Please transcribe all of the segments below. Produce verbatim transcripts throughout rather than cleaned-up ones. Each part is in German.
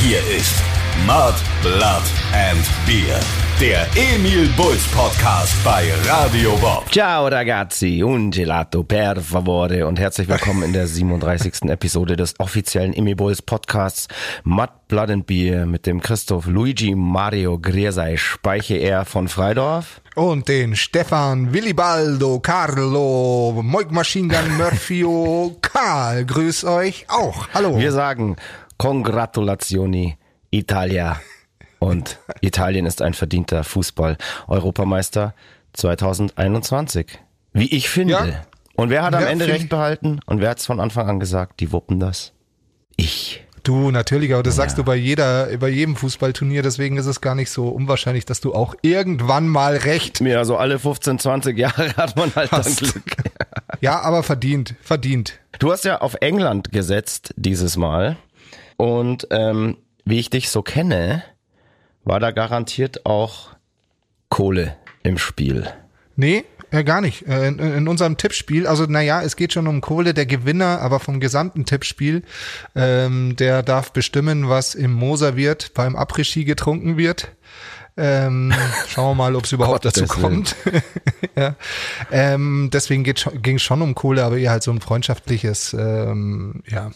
Hier ist Mud, Blood and Beer, der Emil Bulls Podcast bei Radio Bob. Ciao ragazzi, un gelato per favore und herzlich willkommen in der siebenunddreißigsten Episode des offiziellen Emil Bulls Podcasts Mud, Blood and Beer mit dem Christoph Luigi Mario Griersei Speiche-R von Freidorf. Und den Stefan Willibaldo Carlo Moik Machine Gun Murphyo Karl. Grüß euch auch. Hallo. Wir sagen Congratulazioni Italia. Und Italien ist ein verdienter Fußball-Europameister zwanzig einundzwanzig. Wie ich finde. Ja. Und wer hat am ja, Ende recht behalten? Und wer hat es von Anfang an gesagt? Die wuppen das. Ich. Du, natürlich, aber das ja. sagst du bei jeder, bei jedem Fußballturnier, deswegen ist es gar nicht so unwahrscheinlich, dass du auch irgendwann mal recht. Ja, so alle fünfzehn, zwanzig Jahre hat man halt hast. dann Glück. Ja, aber verdient, verdient. Du hast ja auf England gesetzt dieses Mal. Und ähm, wie ich dich so kenne, war da garantiert auch Kohle im Spiel. Nee, äh, gar nicht. Äh, in, in unserem Tippspiel, also naja, es geht schon um Kohle, der Gewinner, aber vom gesamten Tippspiel, ähm, der darf bestimmen, was im Moser wird, beim Après-Ski getrunken wird. Ähm, schauen wir mal, ob es überhaupt dazu kommt. ja. ähm, deswegen ging es schon um Kohle, aber eher halt so ein freundschaftliches, ähm, ja,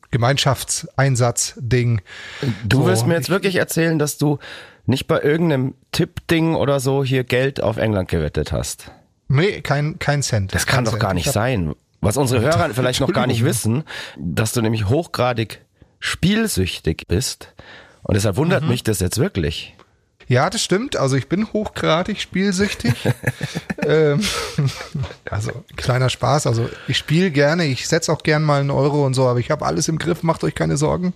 Gemeinschaftseinsatz-Ding. Du so. willst mir jetzt wirklich erzählen, dass du nicht bei irgendeinem Tipp-Ding oder so hier Geld auf England gewettet hast? Nee, kein, kein Cent. Das kann kein doch Cent. gar nicht sein. Was unsere Hörer vielleicht noch gar nicht wissen, dass du nämlich hochgradig spielsüchtig bist. Und deshalb wundert mhm. mich das jetzt wirklich. Ja, das stimmt. Also ich bin hochgradig spielsüchtig. ähm, also kleiner Spaß. Also ich spiele gerne. Ich setze auch gern mal einen Euro und so, aber ich habe alles im Griff. Macht euch keine Sorgen.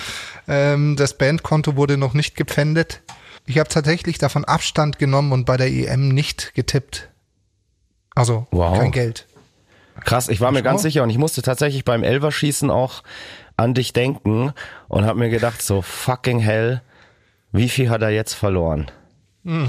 Ähm, das Bandkonto wurde noch nicht gepfändet. Ich habe tatsächlich davon Abstand genommen und bei der E M nicht getippt. Also wow. Kein Geld. Krass, ich war mir ganz sicher und ich musste tatsächlich beim Elverschießen auch an dich denken und habe mir gedacht, so fucking hell, wie viel hat er jetzt verloren? Hm.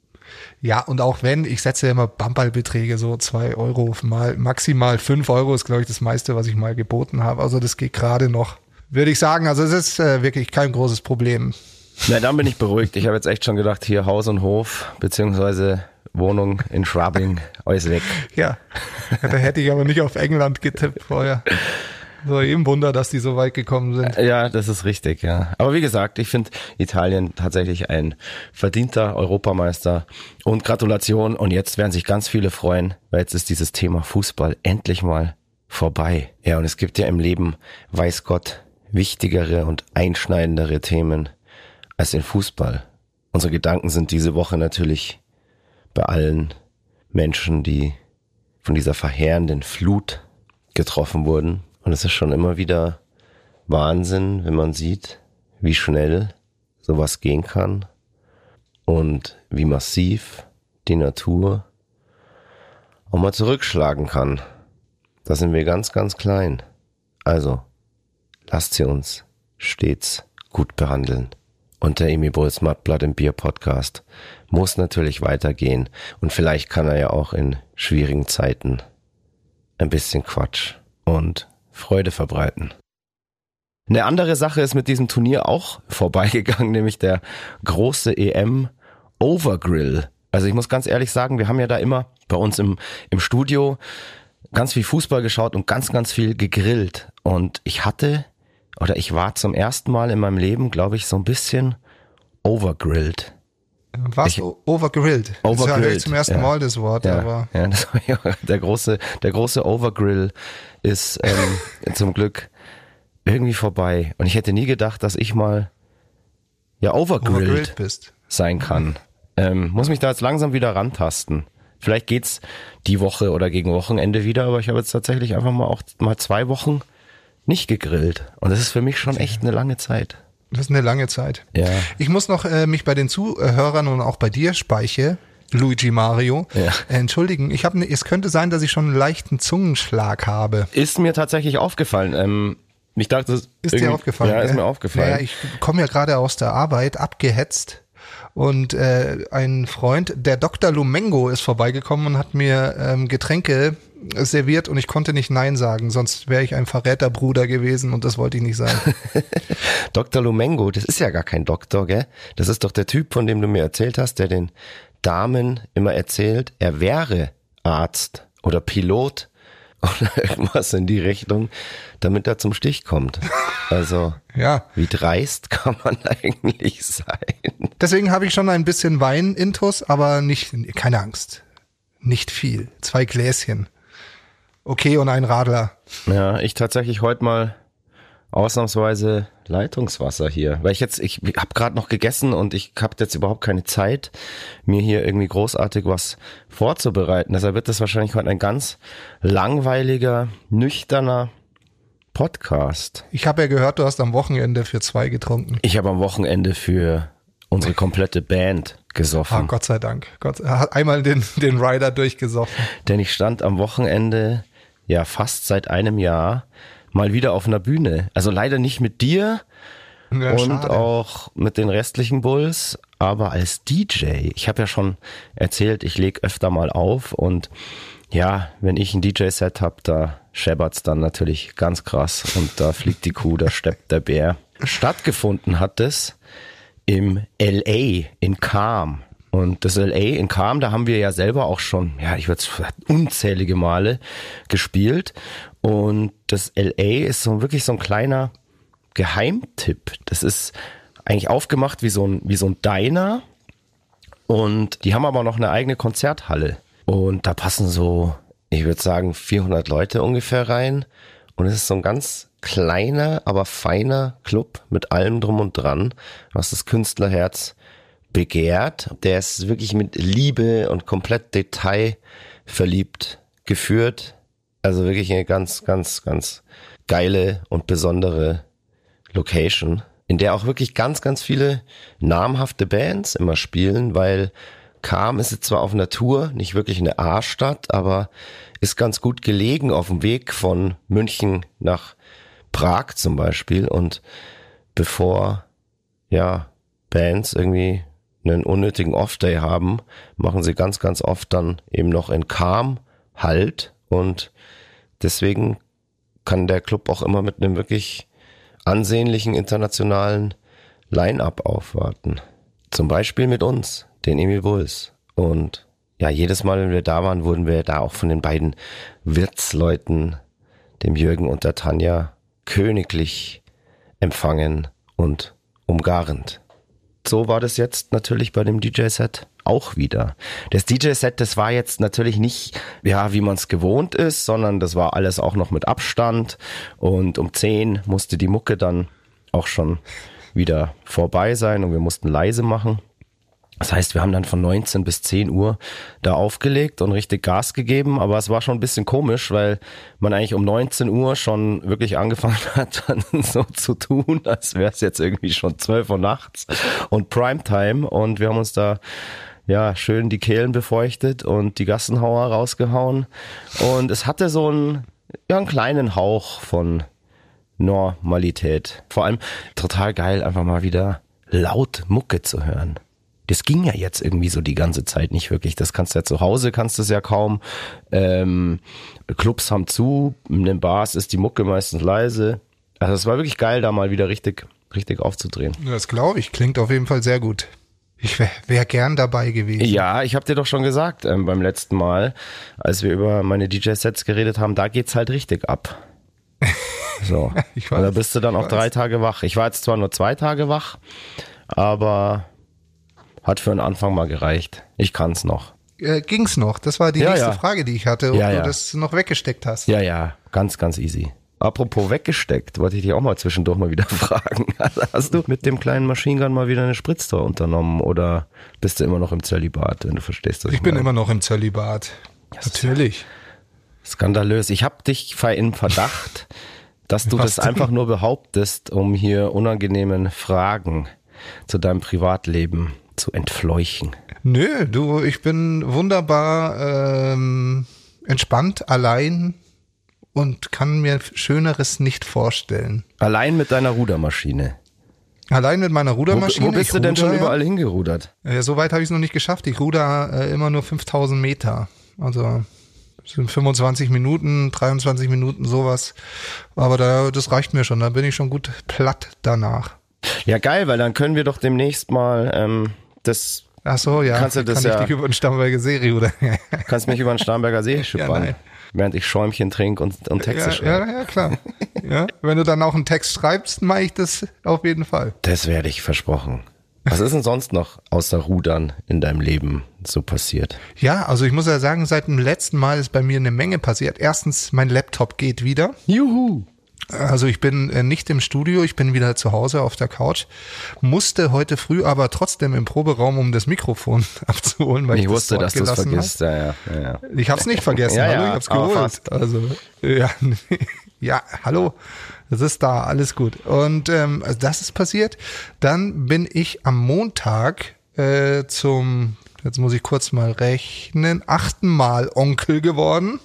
Ja, und auch wenn, ich setze ja immer Bamballbeträge, so zwei Euro mal, maximal fünf Euro ist, glaube ich, das meiste, was ich mal geboten habe. Also das geht gerade noch, würde ich sagen. Also es ist äh, wirklich kein großes Problem. Na, dann bin ich beruhigt. Ich habe jetzt echt schon gedacht, hier Haus und Hof, beziehungsweise Wohnung in Schwabing, alles weg. Ja, da hätte ich aber nicht auf England getippt vorher. So eben Wunder, dass die so weit gekommen sind. Ja, das ist richtig, ja. Aber wie gesagt, ich finde Italien tatsächlich ein verdienter Europameister und Gratulation. Und jetzt werden sich ganz viele freuen, weil jetzt ist dieses Thema Fußball endlich mal vorbei. Ja, und es gibt ja im Leben, weiß Gott, wichtigere und einschneidendere Themen als den Fußball. Unsere Gedanken sind diese Woche natürlich bei allen Menschen, die von dieser verheerenden Flut getroffen wurden. Und es ist schon immer wieder Wahnsinn, wenn man sieht, wie schnell sowas gehen kann und wie massiv die Natur auch mal zurückschlagen kann. Da sind wir ganz, ganz klein. Also, lasst sie uns stets gut behandeln. Und der Emil Bulls Mud, Blood and Beer Podcast muss natürlich weitergehen. Und vielleicht kann er ja auch in schwierigen Zeiten ein bisschen Quatsch und Freude verbreiten. Eine andere Sache ist mit diesem Turnier auch vorbeigegangen, nämlich der große E M Overgrill. Also ich muss ganz ehrlich sagen, wir haben ja da immer bei uns im, im Studio ganz viel Fußball geschaut und ganz, ganz viel gegrillt. Und ich hatte, oder ich war zum ersten Mal in meinem Leben, glaube ich, so ein bisschen overgrilled. Was? Ich, overgrilled. Overgrilled. Das ist ja zum ersten ja. Mal das Wort. Ja, aber ja, das war ja der große, der große Overgrill ist ähm, zum Glück irgendwie vorbei. Und ich hätte nie gedacht, dass ich mal ja overgrilled, overgrilled bist. sein kann. Ähm, muss mich da jetzt langsam wieder rantasten. Vielleicht geht's die Woche oder gegen Wochenende wieder, aber ich habe jetzt tatsächlich einfach mal auch mal zwei Wochen nicht gegrillt. Und das ist für mich schon echt eine lange Zeit. Das ist eine lange Zeit. Ja. Ich muss noch äh, mich bei den Zuhörern und auch bei dir, Speiche, Luigi Mario, ja. entschuldigen. Ich habe, ne, es könnte sein, dass ich schon einen leichten Zungenschlag habe. Ist mir tatsächlich aufgefallen. Ähm, ich dachte, ist dir aufgefallen? Ja, ist äh? mir aufgefallen. Ja, ich komme ja gerade aus der Arbeit, abgehetzt und äh, ein Freund, der Doktor Lumengo, ist vorbeigekommen und hat mir ähm, Getränke serviert und ich konnte nicht Nein sagen, sonst wäre ich ein Verräterbruder gewesen und das wollte ich nicht sein. Doktor Lumengo, das ist ja gar kein Doktor, gell? Das ist doch der Typ, von dem du mir erzählt hast, der den Damen immer erzählt, er wäre Arzt oder Pilot oder irgendwas in die Richtung, damit er zum Stich kommt. Also, ja. Wie dreist kann man eigentlich sein? Deswegen habe ich schon ein bisschen Wein-Intus, aber nicht, keine Angst. Nicht viel. Zwei Gläschen. Okay, und ein Radler. Ja, ich tatsächlich heute mal ausnahmsweise Leitungswasser hier, weil ich jetzt, ich habe gerade noch gegessen und ich habe jetzt überhaupt keine Zeit, mir hier irgendwie großartig was vorzubereiten. Deshalb wird das wahrscheinlich heute ein ganz langweiliger, nüchterner Podcast. Ich habe ja gehört, du hast am Wochenende für zwei getrunken. Ich habe am Wochenende für unsere komplette Band gesoffen. Ah, Gott sei Dank. Gott, er hat einmal den, den Rider durchgesoffen. Denn ich stand am Wochenende, ja fast seit einem Jahr, mal wieder auf einer Bühne. Also leider nicht mit dir ja, und schade. auch mit den restlichen Bulls, aber als D J. Ich habe ja schon erzählt, ich lege öfter mal auf und ja, wenn ich ein D J-Set habe, da scheppert's dann natürlich ganz krass und da fliegt die Kuh, da steppt der Bär. Stattgefunden hat es im L A in Calm. Und das L A in Calm, da haben wir ja selber auch schon, ja, ich würde unzählige Male gespielt. Und das L A ist so wirklich so ein kleiner Geheimtipp. Das ist eigentlich aufgemacht wie so ein, wie so ein Diner. Und die haben aber noch eine eigene Konzerthalle. Und da passen so, ich würde sagen, vierhundert Leute ungefähr rein. Und es ist so ein ganz kleiner, aber feiner Club mit allem drum und dran, was das Künstlerherz begehrt. Der ist wirklich mit Liebe und komplett detailverliebt geführt. Also wirklich eine ganz, ganz, ganz geile und besondere Location, in der auch wirklich ganz, ganz viele namhafte Bands immer spielen, weil Calm ist jetzt zwar auf einer Tour, nicht wirklich eine A-Stadt, aber ist ganz gut gelegen auf dem Weg von München nach Prag zum Beispiel. Und bevor ja Bands irgendwie einen unnötigen Off-Day haben, machen sie ganz, ganz oft dann eben noch in Calm Halt. Und deswegen kann der Club auch immer mit einem wirklich ansehnlichen internationalen Line-Up aufwarten. Zum Beispiel mit uns, den Emil Bulls. Und ja, jedes Mal, wenn wir da waren, wurden wir da auch von den beiden Wirtsleuten, dem Jürgen und der Tanja, königlich empfangen und umgarnt. So war das jetzt natürlich bei dem D J-Set auch wieder. Das D J-Set, das war jetzt natürlich nicht, ja, wie man es gewohnt ist, sondern das war alles auch noch mit Abstand und um zehn musste die Mucke dann auch schon wieder vorbei sein und wir mussten leise machen. Das heißt, wir haben dann von neunzehn bis zehn Uhr da aufgelegt und richtig Gas gegeben, aber es war schon ein bisschen komisch, weil man eigentlich um neunzehn Uhr schon wirklich angefangen hat, dann so zu tun, als wäre es jetzt irgendwie schon zwölf Uhr nachts und Primetime und wir haben uns da ja schön die Kehlen befeuchtet und die Gassenhauer rausgehauen und es hatte so einen, ja, einen kleinen Hauch von Normalität. Vor allem total geil, einfach mal wieder laut Mucke zu hören. Das ging ja jetzt irgendwie so die ganze Zeit nicht wirklich. Das kannst du ja zu Hause, kannst du es ja kaum. Ähm, Clubs haben zu, in den Bars ist die Mucke meistens leise. Also es war wirklich geil, da mal wieder richtig, richtig aufzudrehen. Das glaube ich, klingt auf jeden Fall sehr gut. Ich wäre wär gern dabei gewesen. Ja, ich habe dir doch schon gesagt ähm, beim letzten Mal, als wir über meine D J-Sets geredet haben, da geht's halt richtig ab. So, ich weiß, und da bist du dann auch weiß. drei Tage wach. Ich war jetzt zwar nur zwei Tage wach, aber hat für den Anfang mal gereicht. Ich kann's noch. Äh, ging's noch? Das war die Ja, nächste ja. Frage, die ich hatte, ob Ja, du ja. das noch weggesteckt hast. Ja, ja, ganz, ganz easy. Apropos weggesteckt, wollte ich dich auch mal zwischendurch mal wieder fragen. Hast du mit dem kleinen Machine Gun mal wieder eine Spritztour unternommen oder bist du immer noch im Zölibat, wenn du verstehst, was Ich ich bin meine? immer noch im Zölibat. Natürlich. Skandalös. Ich habe dich im Verdacht, dass du Was das denn? einfach nur behauptest, um hier unangenehmen Fragen zu deinem Privatleben zu entfleuchen. Nö, du, ich bin wunderbar ähm, entspannt, allein und kann mir Schöneres nicht vorstellen. Allein mit deiner Rudermaschine. Allein mit meiner Rudermaschine. Wo, wo bist ich du denn ruder, schon ja. überall hingerudert? Ja, so weit habe ich es noch nicht geschafft. Ich ruder äh, immer nur fünftausend Meter. Also das sind fünfundzwanzig Minuten, dreiundzwanzig Minuten, sowas. Aber da, das reicht mir schon. Da bin ich schon gut platt danach. Ja, geil, weil dann können wir doch demnächst mal ähm, das... Ach so, ja. Kannst du das kann ja, ich dich über den Starnberger See rudern. kannst mich über den Starnberger See schippern, nein. während ich Schäumchen trinke und, und Texte Ja, schreibe. ja, ja, klar. Ja, wenn du dann auch einen Text schreibst, mache ich das auf jeden Fall. Das werde ich versprochen. Was ist denn sonst noch außer Rudern in deinem Leben so passiert? Ja, also ich muss ja sagen, seit dem letzten Mal ist bei mir eine Menge passiert. Erstens, mein Laptop geht wieder. Juhu! Also ich bin äh, nicht im Studio, ich bin wieder zu Hause auf der Couch, musste heute früh aber trotzdem im Proberaum, um das Mikrofon abzuholen, weil ich, Ich wusste, das dass du es gelassen vergisst. Ja, ja, ja, ja. hab. Ich hab's nicht vergessen, Ja, hallo, ja, ich hab's aber geholt. fast. Also ja, ja, hallo, das ist da, alles gut. Und ähm, also das ist passiert. Dann bin ich am Montag äh, zum, jetzt muss ich kurz mal rechnen, achten Mal Onkel geworden.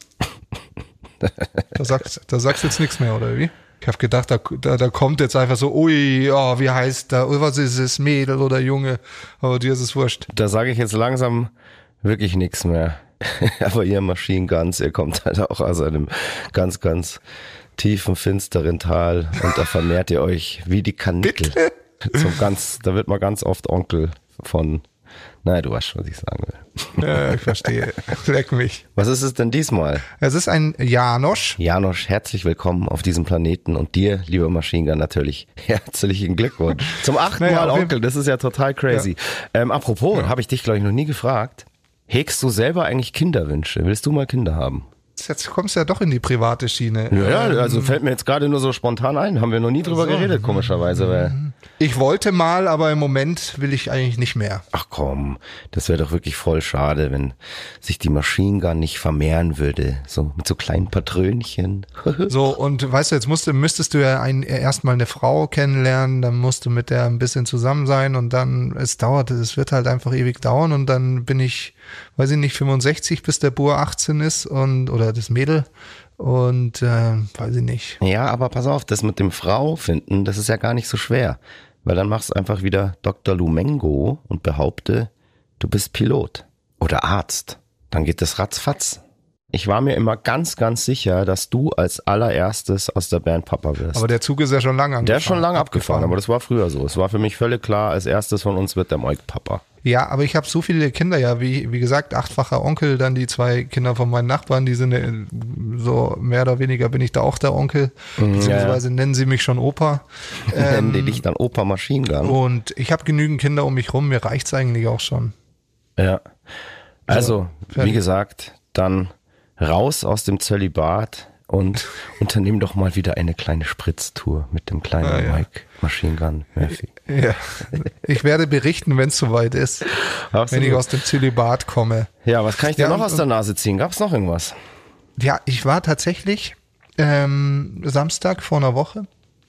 Da sagst, da sagst du jetzt nichts mehr, oder wie? Ich habe gedacht, da, da, da kommt jetzt einfach so, ui, oh, wie heißt da, was ist es, Mädel oder Junge? Aber dir ist es wurscht. Da sage ich jetzt langsam wirklich nichts mehr. Aber ihr Machine Guns, ihr kommt halt auch aus einem ganz, ganz tiefen, finsteren Tal und da vermehrt ihr euch wie die Kanickel. Zum ganz, da wird man ganz oft Onkel von, naja, du weißt schon, was ich sagen will. Ja, ich verstehe. Leck mich. Was ist es denn diesmal? Es ist ein Janosch. Janosch, herzlich willkommen auf diesem Planeten und dir, lieber Machine Gun, natürlich herzlichen Glückwunsch. Zum achten Naja, Mal auf jeden- Onkel, das ist ja total crazy. Ähm, apropos, habe ich dich, glaube ich, noch nie gefragt, hegst du selber eigentlich Kinderwünsche? Willst du mal Kinder haben? Jetzt kommst du ja doch in die private Schiene. Ja, ja, Ähm, also fällt mir jetzt gerade nur so spontan ein. Haben wir noch nie drüber so. geredet, komischerweise. Weil, Ich wollte mal, aber im Moment will ich eigentlich nicht mehr. ach komm, das wäre doch wirklich voll schade, wenn sich die Machine Gun nicht vermehren würde. So mit so kleinen Patrönchen. So, und weißt du, jetzt musst du, müsstest du ja ein, erstmal eine Frau kennenlernen, dann musst du mit der ein bisschen zusammen sein und dann, es dauert, es wird halt einfach ewig dauern und dann bin ich, weiß ich nicht, fünfundsechzig, bis der Bur achtzehn ist und, oder das Mädel und, äh, weiß ich nicht. Ja, aber pass auf, das mit dem Frau finden, das ist ja gar nicht so schwer. Weil dann machst du einfach wieder Doktor Lumengo und behaupte, du bist Pilot oder Arzt. Dann geht das ratzfatz. Ich war mir immer ganz, ganz sicher, dass du als allererstes aus der Band Papa wirst. Aber der Zug ist ja schon lange angefahren. Der ist schon lange abgefahren, aber das war früher so. Es war für mich völlig klar, als erstes von uns wird der Mike Papa. Ja, aber ich habe so viele Kinder, ja, wie wie gesagt, achtfacher Onkel, dann die zwei Kinder von meinen Nachbarn, die sind äh, so mehr oder weniger bin ich da auch der Onkel, beziehungsweise nennen sie mich schon Opa. Nennen die dich dann Opa Machine Gun. Und ich habe genügend Kinder um mich rum, mir reicht's eigentlich auch schon. Ja. Also, fertig. wie gesagt, dann raus aus dem Zölibat und unternehmen doch mal wieder eine kleine Spritztour mit dem kleinen Ah, ja. Mike Machine Gun Murphy. Ja. Ich werde berichten, wenn es soweit ist, Absolut. wenn ich aus dem Zölibat komme. Ja, was kann ich dir Ja, noch und- aus der Nase ziehen? Gab's noch irgendwas? Ja, ich war tatsächlich ähm, Samstag vor einer Woche,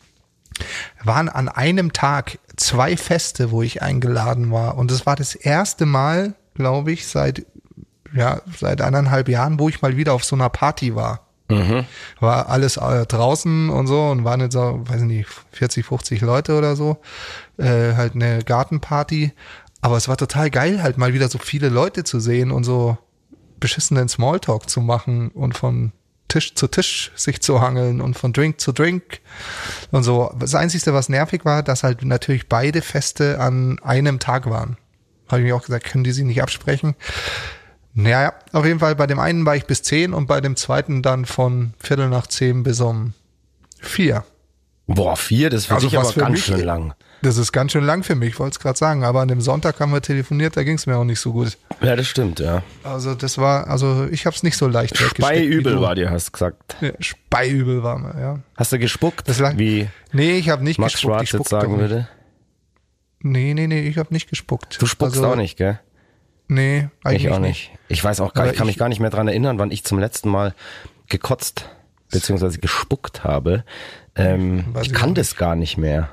waren an einem Tag zwei Feste, wo ich eingeladen war. Und es war das erste Mal, glaube ich, seit ja seit eineinhalb Jahren, wo ich mal wieder auf so einer Party war. Mhm. War alles äh, draußen und so und waren jetzt so, weiß ich nicht, vierzig, fünfzig Leute oder so. Äh, halt eine Gartenparty. Aber es war total geil, halt mal wieder so viele Leute zu sehen und so beschissenen Smalltalk zu machen und von Tisch zu Tisch sich zu hangeln und von Drink zu Drink und so. Das Einzige, was nervig war, dass halt natürlich beide Feste an einem Tag waren. Habe ich mir auch gesagt, können die sich nicht absprechen? Naja, auf jeden Fall bei dem einen war ich bis zehn und bei dem zweiten dann von Viertel nach zehn bis um vier. Boah, vier, das für Also dich was aber für ganz mich- schön lang. Das ist ganz schön lang für mich, wollte es gerade sagen. Aber an dem Sonntag haben wir telefoniert, da ging es mir auch nicht so gut. Ja, das stimmt, ja. Also das war, also ich habe es nicht so leicht weggesteckt. wie Speiübel du. war dir, hast gesagt. Ja, Speiübel war mir, ja. Hast du gespuckt? Das lag- Wie Nee, ich habe nicht Max gespuckt. Schwarz ich jetzt spuck sagen doch nicht. würde? Nee, nee, nee, ich habe nicht gespuckt. Du spuckst Also, auch nicht, gell? Nee, eigentlich Ich auch nicht. Ich weiß auch gar, Aber ich kann mich ich- gar nicht mehr dran erinnern, wann ich zum letzten Mal gekotzt beziehungsweise gespuckt habe. Ähm, Weiß ich ich kann auch das gar nicht mehr.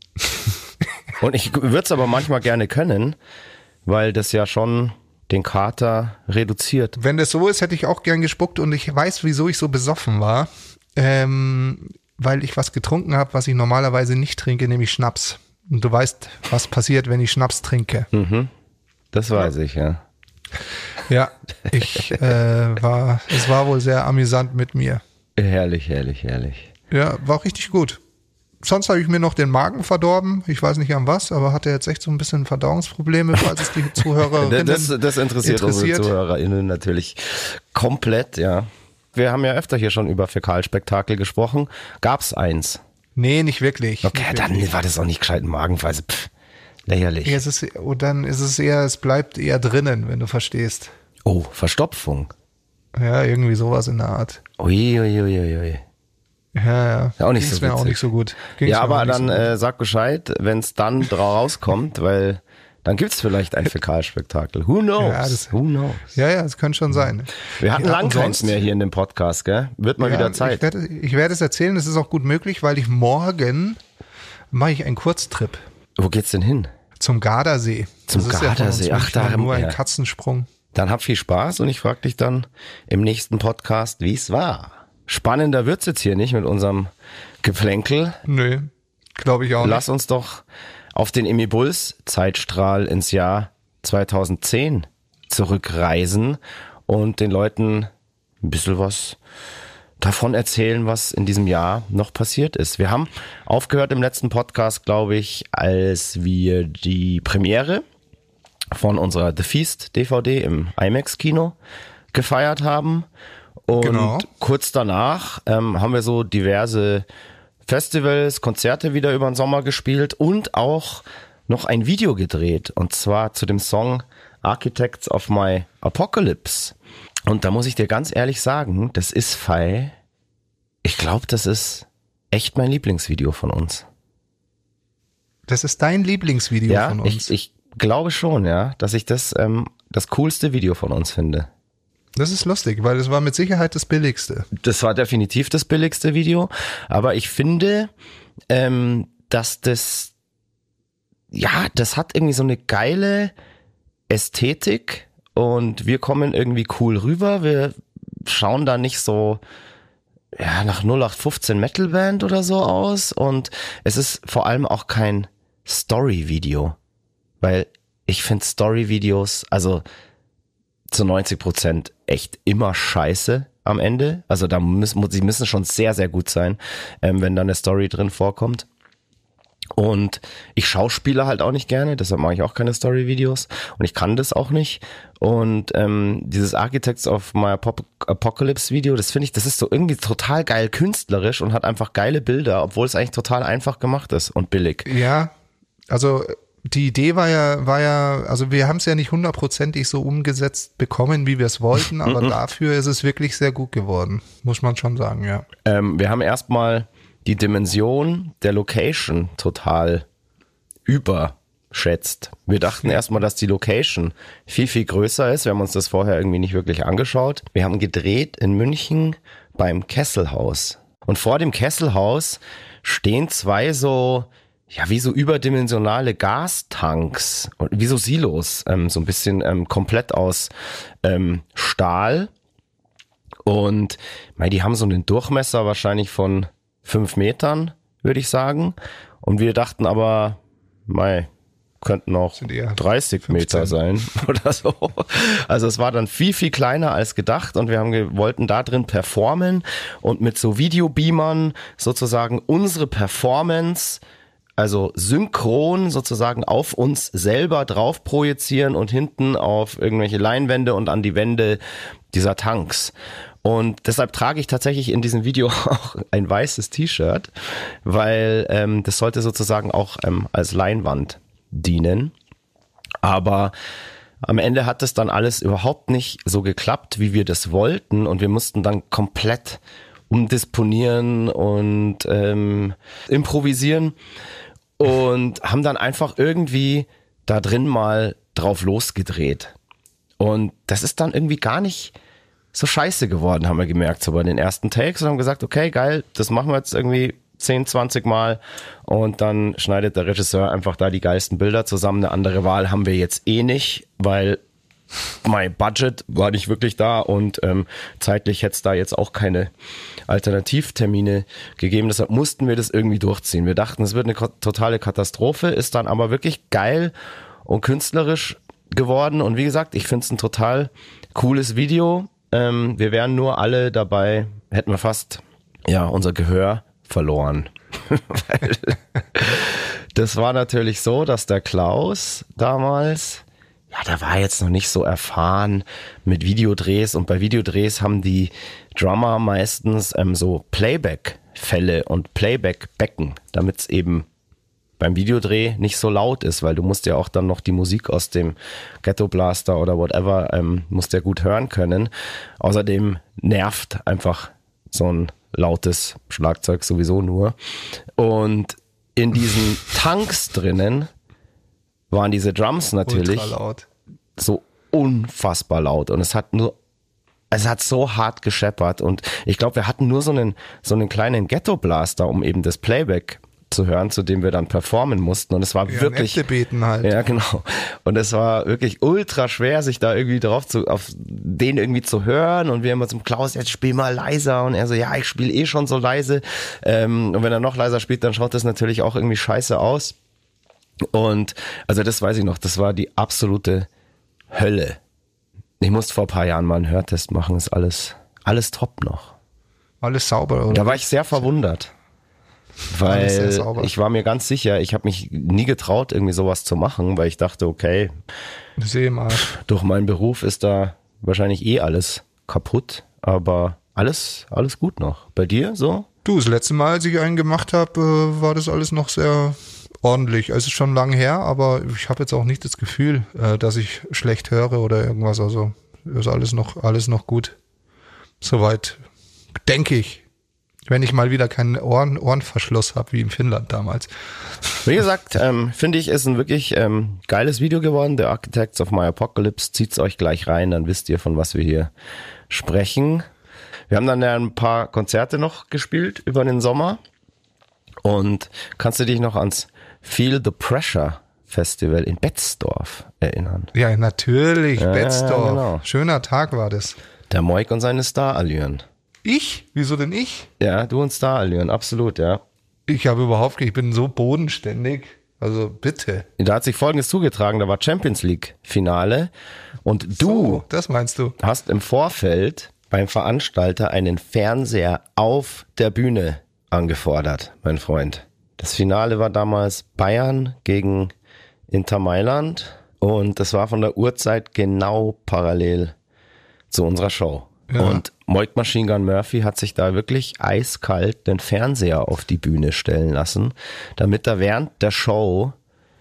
Und ich würde es aber manchmal gerne können, weil das ja schon den Kater reduziert. Wenn das so ist, hätte ich auch gern gespuckt und ich weiß, wieso ich so besoffen war. Ähm, weil ich was getrunken habe, was ich normalerweise nicht trinke, nämlich Schnaps. Und du weißt, was passiert, wenn ich Schnaps trinke. Mhm. Das weiß ich, ja. Ja, ich äh, war, es war wohl sehr amüsant mit mir. Herrlich, herrlich, herrlich. Ja, war auch richtig gut. Sonst habe ich mir noch den Magen verdorben. Ich weiß nicht an was, aber hatte jetzt echt so ein bisschen Verdauungsprobleme, falls es die Zuhörerinnen das, das interessiert, interessiert unsere ZuhörerInnen natürlich komplett, ja. Wir haben ja öfter hier schon über Fäkalspektakel gesprochen. Gab's eins? Nee, nicht wirklich. Okay, nicht dann wirklich. war das auch nicht gescheit Magenweise. Pff, lächerlich. Ja, es ist, und dann ist es eher, es bleibt eher drinnen, wenn du verstehst. Oh, Verstopfung. Ja, irgendwie sowas in der Art. Ui, ui, ui, ui, ui. Ja, ja. Ja, auch nicht Ging's so mir auch witzig. nicht so gut. Ging's Ja, mir aber auch nicht dann so gut. äh, sag Bescheid, wenn es dann drauf rauskommt, weil dann gibt's vielleicht ein Fäkalspektakel. Who knows? Ja, das- Who knows? Ja, ja, es könnte schon sein. Wir hatten Ja, lang und keins sonst- mehr hier in dem Podcast, gell? Wird mal Ja, wieder Zeit. Ich werde, ich werde es erzählen, es ist auch gut möglich, weil ich morgen mache ich einen Kurztrip Wo geht's denn hin? zum Gardasee. Zum das ist ja von uns Gardasee. Ach, Münchnern da- nur ein ja. Katzensprung. Dann hab viel Spaß und ich frage dich dann im nächsten Podcast, wie es war. Spannender wird's jetzt hier nicht mit unserem Geplänkel. Nö, glaube ich auch Lass uns doch auf den Emmy Bulls Zeitstrahl ins Jahr zweitausendzehn zurückreisen und den Leuten ein bisschen was davon erzählen, was in diesem Jahr noch passiert ist. Wir haben aufgehört im letzten Podcast, glaube ich, als wir die Premiere von unserer The Feast D V D im IMAX-Kino gefeiert haben. Und Genau. kurz danach ähm, haben wir so diverse Festivals, Konzerte wieder über den Sommer gespielt und auch noch ein Video gedreht. Und zwar zu dem Song Architects of My Apocalypse. Und da muss ich dir ganz ehrlich sagen, das ist Fei. Ich glaube, das ist echt mein Lieblingsvideo von uns. Das ist dein Lieblingsvideo Ja, von uns. ich, ich glaube schon, ja, dass ich das ähm, das coolste Video von uns finde. Das ist lustig, weil es war mit Sicherheit das billigste. Das war definitiv das billigste Video, aber ich finde, ähm, dass das, ja, das hat irgendwie so eine geile Ästhetik und wir kommen irgendwie cool rüber. Wir schauen da nicht so, ja, nach null acht fünfzehn Metalband oder so aus und es ist vor allem auch kein Story-Video, weil ich finde Story-Videos, also zu neunzig Prozent echt immer scheiße am Ende. Also da müssen, sie müssen schon sehr, sehr gut sein, ähm, wenn da eine Story drin vorkommt. Und ich schauspiele halt auch nicht gerne, deshalb mache ich auch keine Story-Videos und ich kann das auch nicht. Und ähm, dieses Architects of My Apop- Apocalypse-Video, das finde ich, das ist so irgendwie total geil künstlerisch und hat einfach geile Bilder, obwohl es eigentlich total einfach gemacht ist und billig. Ja, also die Idee war ja, war ja, also wir haben es ja nicht hundertprozentig so umgesetzt bekommen, wie wir es wollten, aber dafür ist es wirklich sehr gut geworden, muss man schon sagen, ja. Ähm, wir haben erstmal die Dimension der Location total überschätzt. Wir dachten erstmal, dass die Location viel, viel größer ist. Wir haben uns das vorher irgendwie nicht wirklich angeschaut. Wir haben gedreht in München beim Kesselhaus. Und vor dem Kesselhaus stehen zwei so, ja, wie so überdimensionale Gastanks, wie so Silos, ähm, so ein bisschen ähm, komplett aus ähm, Stahl. Und mei, die haben so einen Durchmesser wahrscheinlich von fünf Metern, würde ich sagen. Und wir dachten aber, mei, könnten auch Sind eher dreißig Meter sein oder so. Also es war dann viel, viel kleiner als gedacht und wir haben ge- wollten da drin performen und mit so Videobeamern sozusagen unsere Performance, also synchron sozusagen auf uns selber drauf projizieren und hinten auf irgendwelche Leinwände und an die Wände dieser Tanks. Und deshalb trage ich tatsächlich in diesem Video auch ein weißes T-Shirt, weil ähm, das sollte sozusagen auch ähm, als Leinwand dienen. Aber am Ende hat es dann alles überhaupt nicht so geklappt, wie wir das wollten. Und wir mussten dann komplett umdisponieren und ähm, improvisieren und haben dann einfach irgendwie da drin mal drauf losgedreht. Und das ist dann irgendwie gar nicht so scheiße geworden, haben wir gemerkt, so bei den ersten Takes und haben gesagt, okay, geil, das machen wir jetzt irgendwie zehn, zwanzig Mal und dann schneidet der Regisseur einfach da die geilsten Bilder zusammen. Eine andere Wahl haben wir jetzt eh nicht, weil mein Budget war nicht wirklich da und ähm, zeitlich hätte es da jetzt auch keine Alternativtermine gegeben. Deshalb mussten wir das irgendwie durchziehen. Wir dachten, es wird eine ko- totale Katastrophe, ist dann aber wirklich geil und künstlerisch geworden. Und wie gesagt, ich finde es ein total cooles Video. Ähm, wir wären nur alle dabei, hätten wir fast ja unser Gehör verloren. Weil das war natürlich so, dass der Klaus damals, ja, der war jetzt noch nicht so erfahren mit Videodrehs und bei Videodrehs haben die Drummer meistens ähm, so Playback-Fälle und Playback-Becken, damit es eben beim Videodreh nicht so laut ist, weil du musst ja auch dann noch die Musik aus dem Ghetto Blaster oder whatever, ähm, musst ja gut hören können. Außerdem nervt einfach so ein lautes Schlagzeug sowieso nur. Und in diesen Tanks drinnen waren diese Drums natürlich Ultra laut. so unfassbar laut und es hat nur, es hat so hart gescheppert und ich glaube, wir hatten nur so einen, so einen kleinen Ghetto Blaster, um eben das Playback zu hören, zu dem wir dann performen mussten und es war Ja, wirklich, beten halt. ja genau, und es war wirklich ultra schwer, sich da irgendwie drauf zu, auf den irgendwie zu hören und wir immer zum Klaus, jetzt spiel mal leiser und er so, ja, ich spiele eh schon so leise ähm, und wenn er noch leiser spielt, dann schaut das natürlich auch irgendwie scheiße aus. Und also das weiß ich noch, das war die absolute Hölle. Ich musste vor ein paar Jahren mal einen Hörtest machen, ist alles, alles top noch. Alles sauber, oder? Da war ich sehr verwundert, Alles sehr weil sauber. ich war mir ganz sicher, ich habe mich nie getraut, irgendwie sowas zu machen, weil ich dachte, okay, Seh mal. durch meinen Beruf ist da wahrscheinlich eh alles kaputt, aber alles, alles gut noch. Bei dir so? Du, das letzte Mal, als ich einen gemacht habe, äh, war das alles noch sehr ordentlich. Also ist schon lange her, aber ich habe jetzt auch nicht das Gefühl, äh, dass ich schlecht höre oder irgendwas. Also ist alles noch, alles noch gut. Soweit denke ich. Wenn ich mal wieder keinen Ohren, Ohrenverschluss habe, wie in Finnland damals. Wie gesagt, ähm, finde ich, ist ein wirklich ähm, geiles Video geworden. The Architects of My Apocalypse. Zieht's euch gleich rein, dann wisst ihr, von was wir hier sprechen. Wir haben dann ja ein paar Konzerte noch gespielt über den Sommer. Und kannst du dich noch ans Feel the Pressure Festival in Betzdorf erinnern? Ja, natürlich, Ja, Betzdorf. genau. Schöner Tag war das. Der Moik und seine Starallüren. Ich? Wieso denn ich? Ja, du und Starallüren, absolut, ja. Ich habe überhaupt, ich bin so bodenständig. Also bitte. Da hat sich Folgendes zugetragen, da war Champions League Finale und du So, das meinst du? hast im Vorfeld beim Veranstalter einen Fernseher auf der Bühne angefordert, mein Freund. Das Finale war damals Bayern gegen Inter Mailand und das war von der Uhrzeit genau parallel zu unserer Show. Ja. Und Moik Machine Gun Murphy hat sich da wirklich eiskalt den Fernseher auf die Bühne stellen lassen, damit er während der Show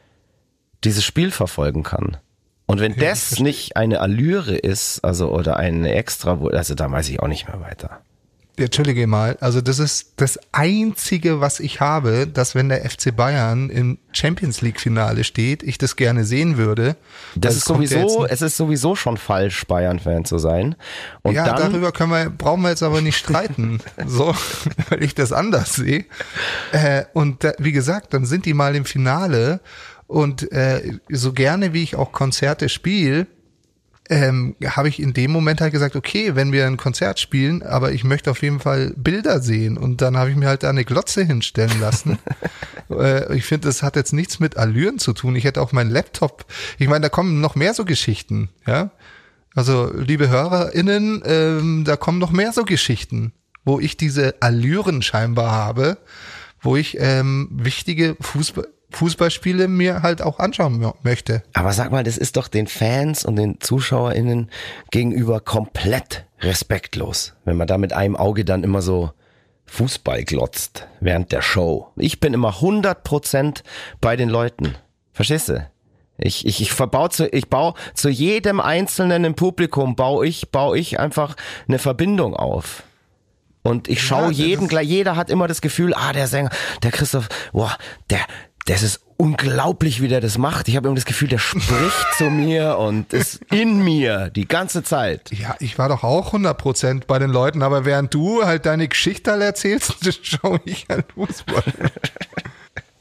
dieses Spiel verfolgen kann. Und wenn Ja, das nicht eine Allüre ist, also oder eine extra, also da weiß ich auch nicht mehr weiter. Entschuldige mal, also das ist das Einzige, was ich habe, dass wenn der F C Bayern im Champions League Finale steht, ich das gerne sehen würde. Das Weil ist es kommt ja sowieso, jetzt- es ist sowieso schon falsch, Bayern-Fan zu sein. Und ja, dann, darüber können wir, brauchen wir jetzt aber nicht streiten, so, weil ich das anders sehe. Äh, und da, wie gesagt, dann sind die mal im Finale und äh, so gerne wie ich auch Konzerte spiele, ähm, habe ich in dem Moment halt gesagt, okay, wenn wir ein Konzert spielen, aber ich möchte auf jeden Fall Bilder sehen und dann habe ich mir halt da eine Glotze hinstellen lassen. äh, ich finde, das hat jetzt nichts mit Allüren zu tun. Ich hätte auch meinen Laptop, ich meine, da kommen noch mehr so Geschichten, ja. Also, liebe HörerInnen, ähm, da kommen noch mehr so Geschichten, wo ich diese Allüren scheinbar habe, wo ich ähm, wichtige Fußball Fußballspiele mir halt auch anschauen mö- möchte. aber sag mal, das ist doch den Fans und den ZuschauerInnen gegenüber komplett respektlos, wenn man da mit einem Auge dann immer so Fußball glotzt während der Show. Ich bin immer hundert Prozent bei den Leuten. Verstehst du? Ich, ich, ich verbau zu, ich baue zu jedem Einzelnen im Publikum baue ich, baue ich einfach eine Verbindung auf. Und ich schaue das jeden ist- gleich, jeder hat immer das Gefühl, ah, der Sänger, der Christoph, boah, der, das ist unglaublich, wie der das macht. Ich habe immer das Gefühl, der spricht zu mir und ist in mir die ganze Zeit. Ja, ich war doch auch hundert Prozent bei den Leuten, aber während du halt deine Geschichte alle erzählst, schaue ich halt Fußball.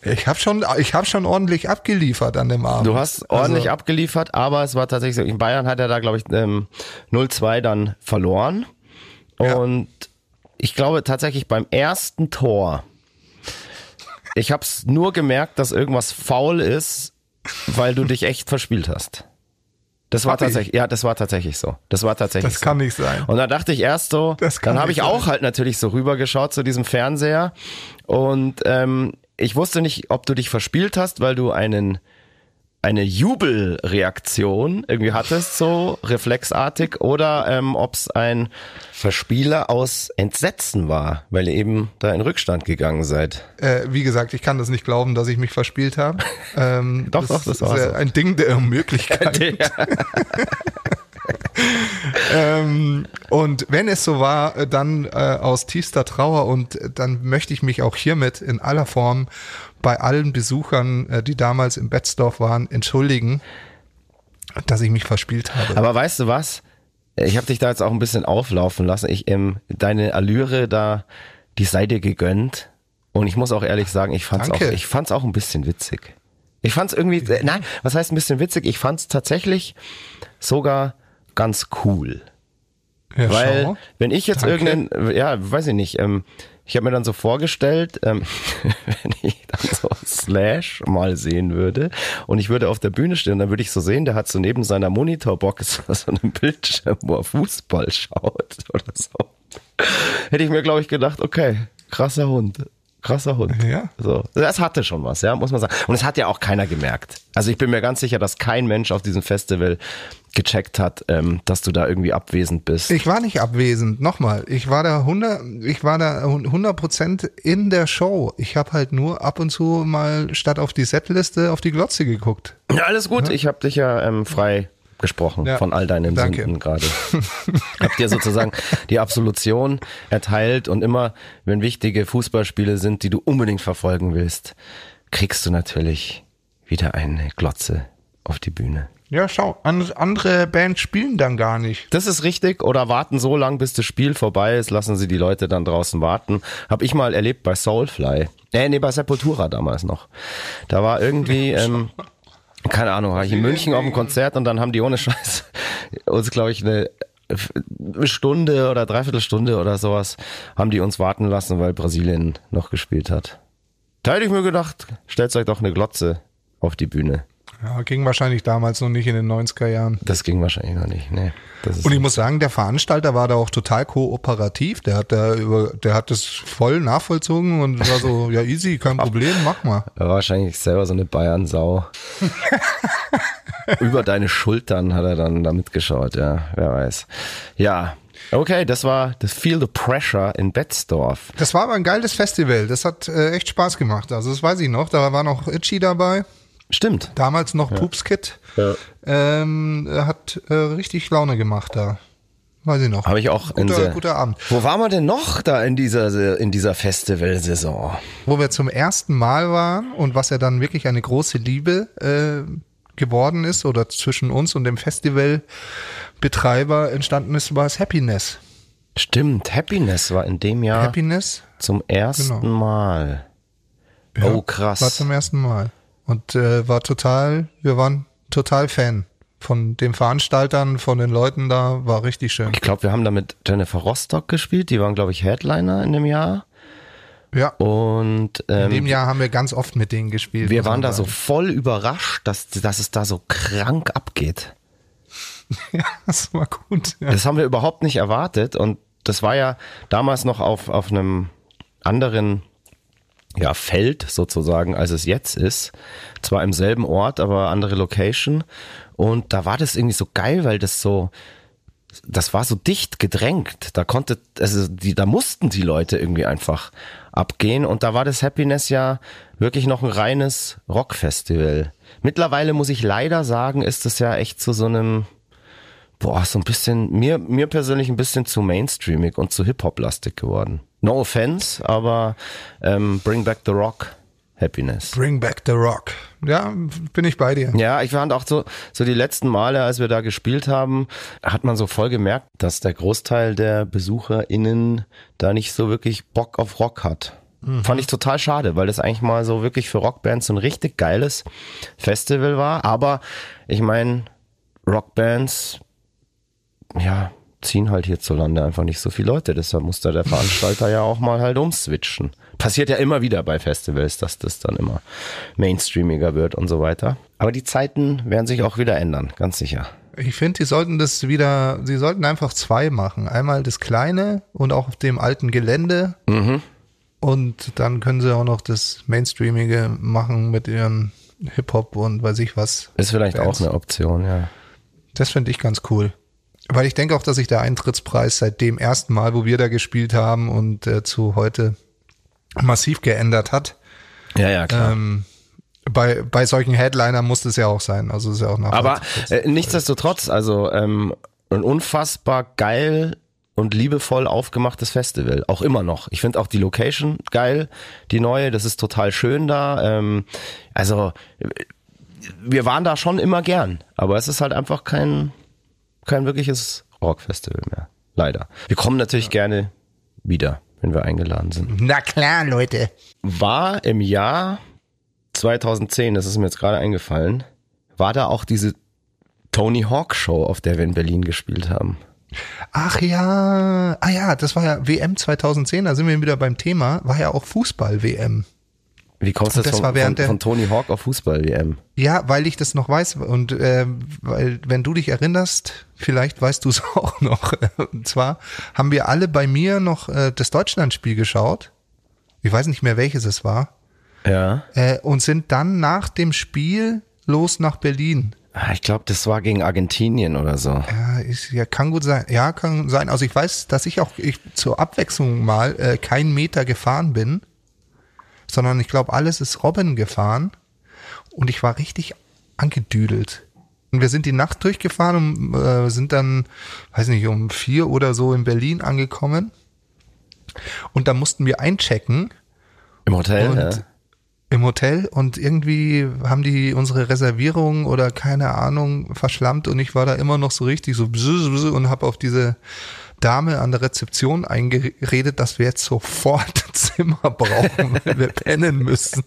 Ich habe schon, ich habe schon ordentlich abgeliefert an dem Abend. Du hast ordentlich also, abgeliefert, aber es war tatsächlich so, in Bayern hat er da, glaube ich, ähm, null zwei dann verloren. Ja. Und ich glaube tatsächlich beim ersten Tor, ich habe es nur gemerkt, dass irgendwas faul ist, weil du dich echt verspielt hast. Das war Hab ich? tatsächlich, ja, das war tatsächlich so. Das war tatsächlich Das so. kann nicht sein. Und da dachte ich erst so, Das kann dann habe nicht ich auch sein. halt natürlich so rübergeschaut zu diesem Fernseher und ähm, ich wusste nicht, ob du dich verspielt hast, weil du einen eine Jubelreaktion irgendwie hattest, so reflexartig, oder ähm, ob es ein Verspieler aus Entsetzen war, weil ihr eben da in Rückstand gegangen seid. Äh, wie gesagt, ich kann das nicht glauben, dass ich mich verspielt habe. Ähm, Doch, doch, das war ist so. ja ein Ding der Unmöglichkeit. ähm, und wenn es so war, äh, dann äh, aus tiefster Trauer und äh, dann möchte ich mich auch hiermit in aller Form bei allen Besuchern, äh, die damals im Betzdorf waren, entschuldigen, dass ich mich verspielt habe. Aber weißt du was? Ich habe dich da jetzt auch ein bisschen auflaufen lassen. Ich ähm, deine Allüre da, die sei dir gegönnt. Und ich muss auch ehrlich sagen, ich fand's auch, Danke. ich fand's auch ein bisschen witzig. Ich fand's irgendwie, äh, nein, was heißt ein bisschen witzig? Ich fand's tatsächlich sogar ganz cool. Ja, Weil, schau. wenn ich jetzt Danke. irgendeinen, ja, weiß ich nicht, ähm, ich habe mir dann so vorgestellt, ähm, wenn ich dann so Slash mal sehen würde und ich würde auf der Bühne stehen, dann würde ich so sehen, der hat so neben seiner Monitorbox so einen Bildschirm, wo er Fußball schaut oder so. Hätte ich mir, glaube ich, gedacht, okay, krasser Hund. Krasser Hund. Ja. So, das hatte schon was, ja, muss man sagen. Und es hat ja auch keiner gemerkt. Also ich bin mir ganz sicher, dass kein Mensch auf diesem Festival gecheckt hat, ähm, dass du da irgendwie abwesend bist. Ich war nicht abwesend, nochmal. Ich war da hundert, ich war da hundert Prozent in der Show. Ich habe halt nur ab und zu mal statt auf die Setliste auf die Glotze geguckt. Ja, alles gut. Ich habe dich ja ähm, frei gesprochen Ja, von all deinen danke. Sünden gerade. Hab dir sozusagen die Absolution erteilt und immer, wenn wichtige Fußballspiele sind, die du unbedingt verfolgen willst, kriegst du natürlich wieder eine Glotze auf die Bühne. Ja, schau, an- andere Bands spielen dann gar nicht. Das ist richtig, oder warten so lang, bis das Spiel vorbei ist, lassen sie die Leute dann draußen warten. Hab ich mal erlebt bei Soulfly. Äh, nee, bei Sepultura damals noch. Da war irgendwie, ähm, keine Ahnung, war ich in München auf dem Konzert und dann haben die ohne Scheiß uns, glaube ich, eine Stunde oder Dreiviertelstunde oder sowas, haben die uns warten lassen, weil Brasilien noch gespielt hat. Da hätte ich mir gedacht, stellt euch doch eine Glotze auf die Bühne. Ja, ging wahrscheinlich damals noch nicht in den neunziger Jahren. Das ging wahrscheinlich noch nicht, nee. Das ist Und ich muss sagen, der Veranstalter war da auch total kooperativ. Der hat da über, der hat das voll nachvollzogen und war so, ja easy, kein Problem, mach mal. Er war wahrscheinlich selber so eine Bayern-Sau. Über deine Schultern hat er dann da mitgeschaut, ja, wer weiß. Ja, okay, das war das Feel the Pressure in Betzdorf. Das war aber ein geiles Festival. Das hat äh, echt Spaß gemacht. Also das weiß ich noch. Da war noch Itchy dabei. Stimmt. Damals noch Poopskit. Ja. Ähm, hat äh, richtig Laune gemacht da. Weiß ich noch. Habe ich auch in guter, der, guter Abend. Wo waren wir denn noch da in dieser in dieser Festivalsaison? Wo wir zum ersten Mal waren und was ja dann wirklich eine große Liebe äh, geworden ist oder zwischen uns und dem Festivalbetreiber entstanden ist, war es Happiness. Stimmt, Happiness war in dem Jahr Happiness zum ersten Genau. Mal. ja, Oh, krass. War zum ersten Mal. Und äh, war total, wir waren total Fan von den Veranstaltern, von den Leuten da, war richtig schön. Ich glaube, wir haben da mit Jennifer Rostock gespielt. Die waren, glaube ich, Headliner in dem Jahr. Ja, Und ähm, in dem Jahr haben wir ganz oft mit denen gespielt. wir muss waren man da so sagen. voll überrascht, dass, dass es da so krank abgeht. Ja, das war gut. Ja. Das haben wir überhaupt nicht erwartet. Und das war ja damals noch auf, auf einem anderen ja, Feld sozusagen, als es jetzt ist. Zwar im selben Ort, aber andere Location. Und da war das irgendwie so geil, weil das so, das war so dicht gedrängt. Da konnte, also die, da mussten die Leute irgendwie einfach abgehen. Und da war das Happiness ja wirklich noch ein reines Rockfestival. Mittlerweile muss ich leider sagen, ist das ja echt zu so einem, boah, so ein bisschen, mir, mir persönlich ein bisschen zu mainstreamig und zu Hip-Hop-lastig geworden. No offense, aber ähm, Bring Back the Rock, Happiness. Bring back the rock. Ja, bin ich bei dir. Ja, ich fand auch so, so die letzten Male, als wir da gespielt haben, hat man so voll gemerkt, dass der Großteil der BesucherInnen da nicht so wirklich Bock auf Rock hat. Mhm. Fand ich total schade, weil das eigentlich mal so wirklich für Rockbands so ein richtig geiles Festival war. Aber ich meine, Rockbands, ja, ziehen halt hierzulande einfach nicht so viele Leute. Deshalb muss da der Veranstalter ja auch mal halt umswitchen. Passiert ja immer wieder bei Festivals, dass das dann immer mainstreamiger wird und so weiter. Aber die Zeiten werden sich auch wieder ändern, ganz sicher. Ich finde, die sollten das wieder, sie sollten einfach zwei machen. Einmal das Kleine und auch auf dem alten Gelände. Mhm. Und dann können sie auch noch das Mainstreamige machen mit ihren Hip-Hop und weiß ich was. Ist vielleicht Bands. auch eine Option, ja. Das finde ich ganz cool. Weil ich denke auch, dass sich der Eintrittspreis seit dem ersten Mal, wo wir da gespielt haben und äh, zu heute massiv geändert hat. Ja, ja, klar. Ähm, bei, bei solchen Headlinern muss das ja auch sein. Also ist ja auch Aber äh, nichtsdestotrotz, also ähm, ein unfassbar geil und liebevoll aufgemachtes Festival, auch immer noch. Ich finde auch die Location geil, die neue, das ist total schön da. Ähm, also wir waren da schon immer gern, aber es ist halt einfach kein, kein wirkliches Rockfestival mehr, leider. Wir kommen natürlich ja. gerne wieder, wenn wir eingeladen sind. Na klar, Leute. War im Jahr zweitausendzehn, das ist mir jetzt gerade eingefallen, war da auch diese Tony Hawk Show, auf der wir in Berlin gespielt haben. Ach ja, ah ja, das war ja W M zweitausendzehn, da sind wir wieder beim Thema, war ja auch Fußball-W M. Wie kommst du das von, war während von, der, von Tony Hawk auf Fußball-W M? Ja, weil ich das noch weiß und äh, weil, wenn du dich erinnerst, vielleicht weißt du es auch noch. Und zwar haben wir alle bei mir noch äh, das Deutschlandspiel geschaut. Ich weiß nicht mehr, welches es war. Ja. Äh, und sind dann nach dem Spiel los nach Berlin. Ich glaube, das war gegen Argentinien oder so. Ja, ist, ja, kann gut sein. Ja, kann sein. Also ich weiß, dass ich auch ich, zur Abwechslung mal äh, keinen Meter gefahren bin, sondern ich glaube, alles ist Robin gefahren und ich war richtig angedüdelt. Und wir sind die Nacht durchgefahren und äh, sind dann, weiß nicht, um vier oder so in Berlin angekommen und da mussten wir einchecken. Im Hotel, und ja. Im Hotel und irgendwie haben die unsere Reservierung oder keine Ahnung verschlammt und ich war da immer noch so richtig so und habe auf diese Dame an der Rezeption eingeredet, dass wir jetzt sofort ein Zimmer brauchen, weil wir pennen müssen.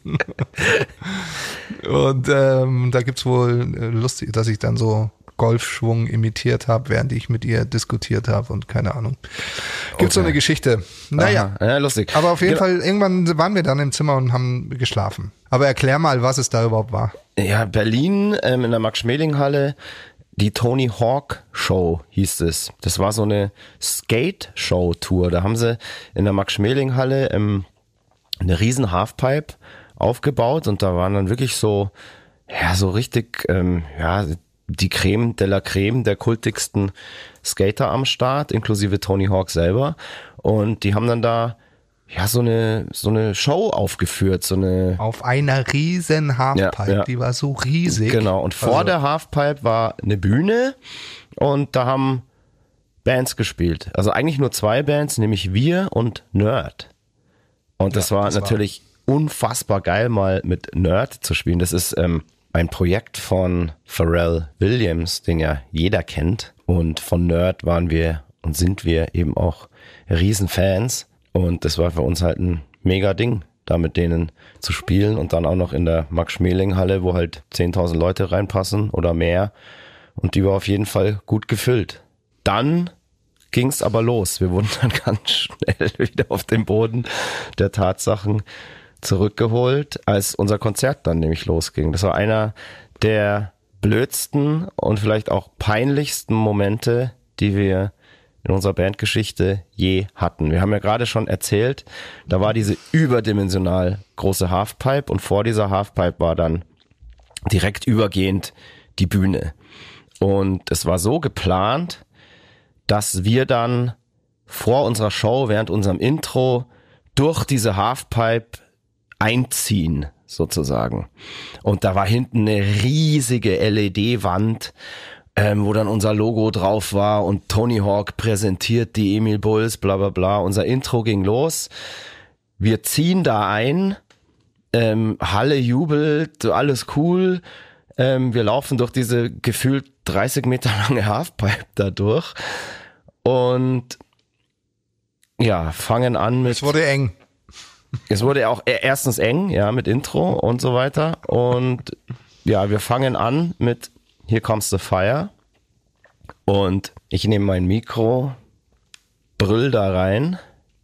Und ähm, da gibt's wohl äh, lustig, dass ich dann so Golfschwung imitiert habe, während ich mit ihr diskutiert habe und keine Ahnung. Gibt's okay. So eine Geschichte. Naja, ja, lustig. Aber auf jeden ja. Fall, irgendwann waren wir dann im Zimmer und haben geschlafen. Aber erklär mal, was es da überhaupt war. Ja, Berlin ähm, in der Max-Schmeling-Halle, die Tony Hawk Show hieß es. Das war so eine Skate-Show-Tour. Da haben sie in der Max-Schmeling-Halle ähm, eine riesen Halfpipe aufgebaut und da waren dann wirklich so, ja, so richtig, ähm, ja, die Creme de la Creme der kultigsten Skater am Start, inklusive Tony Hawk selber. Und die haben dann da ja so eine so eine Show aufgeführt, so eine auf einer riesen Halfpipe, ja, ja. Die war so riesig. Genau. Und vor also. der Halfpipe war eine Bühne und da haben Bands gespielt. Also eigentlich nur zwei Bands, nämlich wir und Nerd. Und das ja, war das natürlich war. unfassbar geil, mal mit Nerd zu spielen. Das ist ähm, ein Projekt von Pharrell Williams, den ja jeder kennt. Und von Nerd waren wir und sind wir eben auch Riesenfans. Und das war für uns halt ein mega Ding, da mit denen zu spielen. Und dann auch noch in der Max-Schmeling-Halle, wo halt zehntausend Leute reinpassen oder mehr. Und die war auf jeden Fall gut gefüllt. Dann ging's aber los. Wir wurden dann ganz schnell wieder auf den Boden der Tatsachen zurückgeholt, als unser Konzert dann nämlich losging. Das war einer der blödsten und vielleicht auch peinlichsten Momente, die wir in unserer Bandgeschichte je hatten. Wir haben ja gerade schon erzählt, da war diese überdimensional große Halfpipe und vor dieser Halfpipe war dann direkt übergehend die Bühne. Und es war so geplant, dass wir dann vor unserer Show, während unserem Intro, durch diese Halfpipe einziehen, sozusagen. Und da war hinten eine riesige L E D-Wand, ähm, wo dann unser Logo drauf war und Tony Hawk präsentiert die Emil Bulls, bla bla bla. Unser Intro ging los. Wir ziehen da ein, ähm, Halle jubelt, alles cool. Ähm, wir laufen durch diese gefühlt dreißig Meter lange Halfpipe da durch und ja, fangen an mit... Es wurde eng. es wurde auch erstens eng, ja, mit Intro und so weiter. Und ja, wir fangen an mit Here Comes the Fire. Und ich nehme mein Mikro, brüll da rein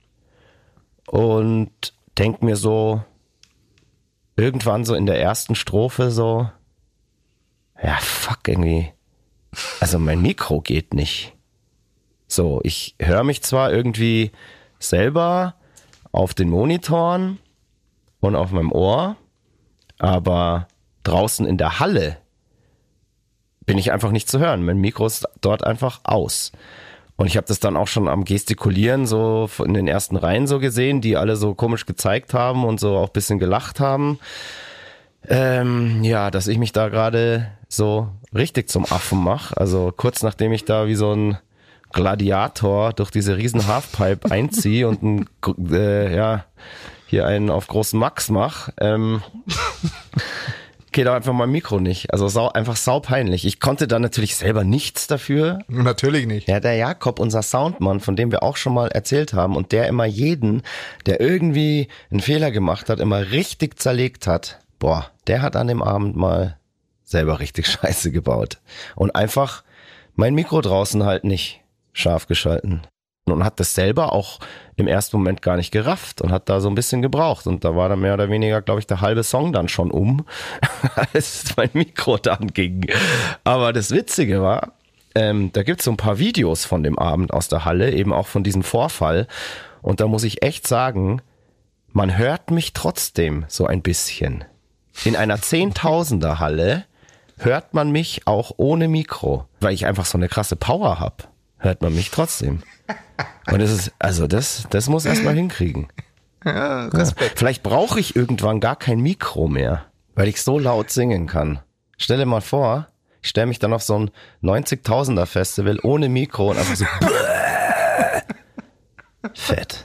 und denk mir so, irgendwann so in der ersten Strophe so, ja, fuck, irgendwie, also mein Mikro geht nicht. So, ich höre mich zwar irgendwie selber auf den Monitoren und auf meinem Ohr, aber draußen in der Halle bin ich einfach nicht zu hören. Mein Mikro ist dort einfach aus. Und ich habe das dann auch schon am Gestikulieren so in den ersten Reihen so gesehen, die alle so komisch gezeigt haben und so auch ein bisschen gelacht haben. Ähm, ja, dass ich mich da gerade so richtig zum Affen mache. Also kurz nachdem ich da wie so ein Gladiator durch diese riesen Halfpipe einziehe und ein, äh, ja, hier einen auf großen Max mache, ähm, geht auch einfach mein Mikro nicht. Also sau, einfach saupeinlich. Ich konnte da natürlich selber nichts dafür. Natürlich nicht. Ja, der Jakob, unser Soundmann, von dem wir auch schon mal erzählt haben und der immer jeden, der irgendwie einen Fehler gemacht hat, immer richtig zerlegt hat. Boah, der hat an dem Abend mal selber richtig Scheiße gebaut. Und einfach mein Mikro draußen halt nicht scharf geschalten. Und hat das selber auch im ersten Moment gar nicht gerafft und hat da so ein bisschen gebraucht. Und da war dann mehr oder weniger, glaube ich, der halbe Song dann schon um, als mein Mikro dann ging. Aber das Witzige war, ähm, da gibt's so ein paar Videos von dem Abend aus der Halle, eben auch von diesem Vorfall. Und da muss ich echt sagen, man hört mich trotzdem so ein bisschen. In einer Zehntausender Halle hört man mich auch ohne Mikro, weil ich einfach so eine krasse Power habe. Hört man mich trotzdem. Und das ist, also das, das muss erstmal hinkriegen. Ja, Respekt. Ja. Vielleicht brauche ich irgendwann gar kein Mikro mehr, weil ich so laut singen kann. Stell dir mal vor, ich stelle mich dann auf so ein neunzigtausender Festival ohne Mikro und einfach so fett.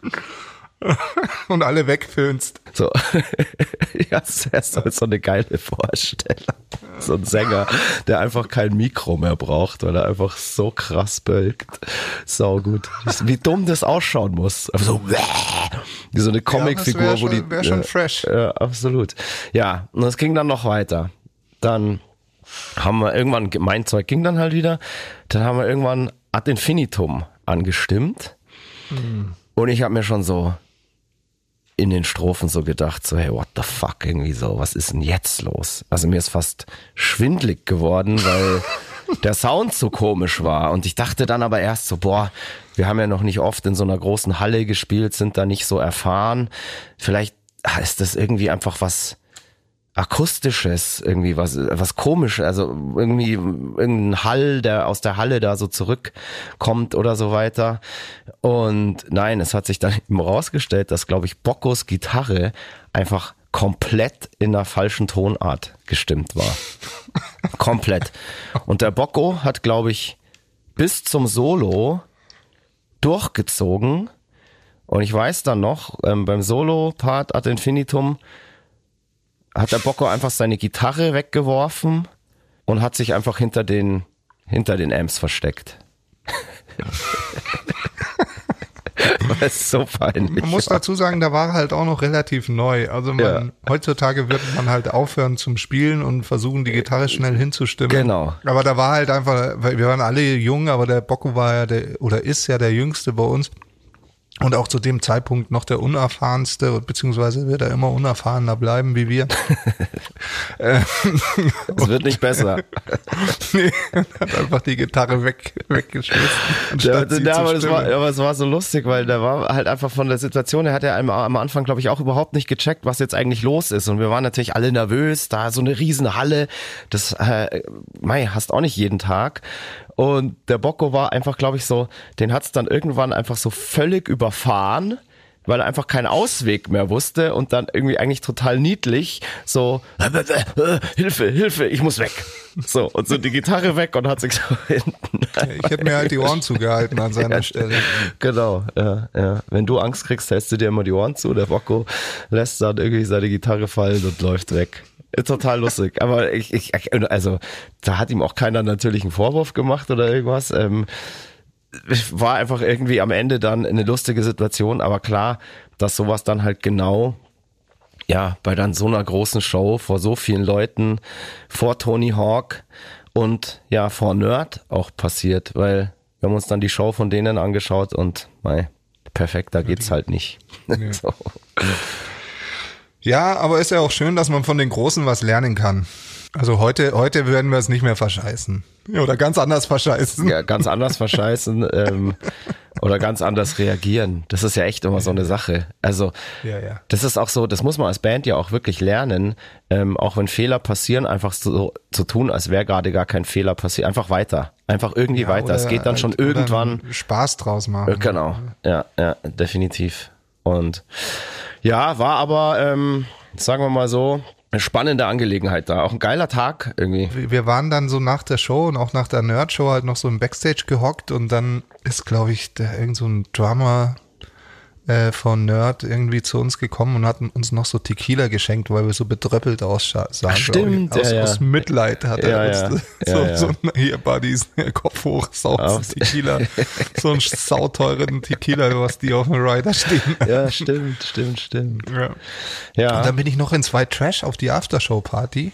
Und alle wegfilmst. So. Ja, das ist so eine geile Vorstellung. So ein Sänger, der einfach kein Mikro mehr braucht, weil er einfach so krass bölkt. Sau gut. Wie dumm das ausschauen muss. Also so, wie so eine Comicfigur, ja, wo schon, die. Wäre schon ja, fresh. Ja, absolut. Ja, und es ging dann noch weiter. Dann haben wir irgendwann, mein Zeug ging dann halt wieder. Dann haben wir irgendwann Ad Infinitum angestimmt. Hm. Und ich habe mir schon so in den Strophen so gedacht, so hey, what the fuck, irgendwie so, was ist denn jetzt los? Also mir ist fast schwindelig geworden, weil der Sound so komisch war und ich dachte dann aber erst so, boah, wir haben ja noch nicht oft in so einer großen Halle gespielt, sind da nicht so erfahren, vielleicht ist das irgendwie einfach was Akustisches, irgendwie was was komisch, also irgendwie irgendein Hall, der aus der Halle da so zurückkommt oder so weiter. Und nein, es hat sich dann eben rausgestellt, dass, glaube ich, Boccos Gitarre einfach komplett in der falschen Tonart gestimmt war. Komplett. Und der Bocco hat, glaube ich, bis zum Solo durchgezogen. Und ich weiß dann noch, ähm, beim Solo-Part Ad Infinitum hat der Bocco einfach seine Gitarre weggeworfen und hat sich einfach hinter den, hinter den Amps versteckt. Das ist so peinlich. Man muss dazu sagen, da war halt auch noch relativ neu. Also man, Ja. heutzutage wird man halt aufhören zum Spielen und versuchen, die Gitarre schnell hinzustimmen. Genau. Aber da war halt einfach, weil wir waren alle jung, aber der Bocco war ja der, oder ist ja der Jüngste bei uns. Und auch zu dem Zeitpunkt noch der unerfahrenste, beziehungsweise wird er immer unerfahrener bleiben wie wir. Es wird nicht besser. Nee, hat einfach die Gitarre weg, weggeschmissen. Ja, anstatt sie ja, zu aber, das war, stimmen. aber es war so lustig, weil der war halt einfach von der Situation, er hat ja am, am Anfang, glaube ich, auch überhaupt nicht gecheckt, was jetzt eigentlich los ist. Und wir waren natürlich alle nervös, da so eine riesen Halle, das äh, mei, hast auch nicht jeden Tag. Und der Bocco war einfach, glaube ich, so, den hat's dann irgendwann einfach so völlig überfahren, weil er einfach keinen Ausweg mehr wusste und dann irgendwie eigentlich total niedlich so, äh, äh, äh, Hilfe, Hilfe, ich muss weg. So, und so die Gitarre weg und hat sich so hinten. Ich hätte mir halt die Ohren zugehalten an seiner Ja, Stelle. Genau, ja, ja. Wenn du Angst kriegst, hältst du dir immer die Ohren zu. Der Bocco lässt dann irgendwie seine Gitarre fallen und läuft weg. Total lustig. Aber ich, ich, also, da hat ihm auch keiner natürlich einen Vorwurf gemacht oder irgendwas. Ähm, war einfach irgendwie am Ende dann eine lustige Situation, aber klar, dass sowas dann halt genau, ja, bei dann so einer großen Show vor so vielen Leuten, vor Tony Hawk und ja, vor Nerd auch passiert, weil wir haben uns dann die Show von denen angeschaut und mei, perfekt, da geht's halt nicht. Nee. So. Ja, aber ist ja auch schön, dass man von den Großen was lernen kann. Also heute, heute werden wir es nicht mehr verscheißen. Oder ganz anders verscheißen. Ja, ganz anders verscheißen ähm, oder ganz anders reagieren. Das ist ja echt immer so eine Sache. Also Ja, ja. das ist auch so, das muss man als Band ja auch wirklich lernen, ähm, auch wenn Fehler passieren, einfach so zu tun, als wäre gerade gar kein Fehler passiert. Einfach weiter. Einfach irgendwie Ja, weiter. Es oder geht dann schon halt- oder irgendwann. Spaß draus machen. Äh, Genau, ja, ja, definitiv. Und ja, war aber, ähm, sagen wir mal so, eine spannende Angelegenheit da. Auch ein geiler Tag irgendwie. Wir waren dann so nach der Show und auch nach der Nerd-Show halt noch so im Backstage gehockt und dann ist, glaube ich, der, irgend so ein Drummer äh, von Nerd irgendwie zu uns gekommen und hat uns noch so Tequila geschenkt, weil wir so bedröppelt aussahen. Stimmt, aus, ja, ja. aus Mitleid hat er Ja, uns ja. so, Ja, ja. so ein hier Buddies, Kopf hoch, saufen Aus- Tequila. So einen sauteuren Tequila, was die auf dem Rider stehen. Ja, stimmt, stimmt, stimmt. Ja. Ja, Und dann bin ich noch in zwei Trash auf die Aftershow-Party.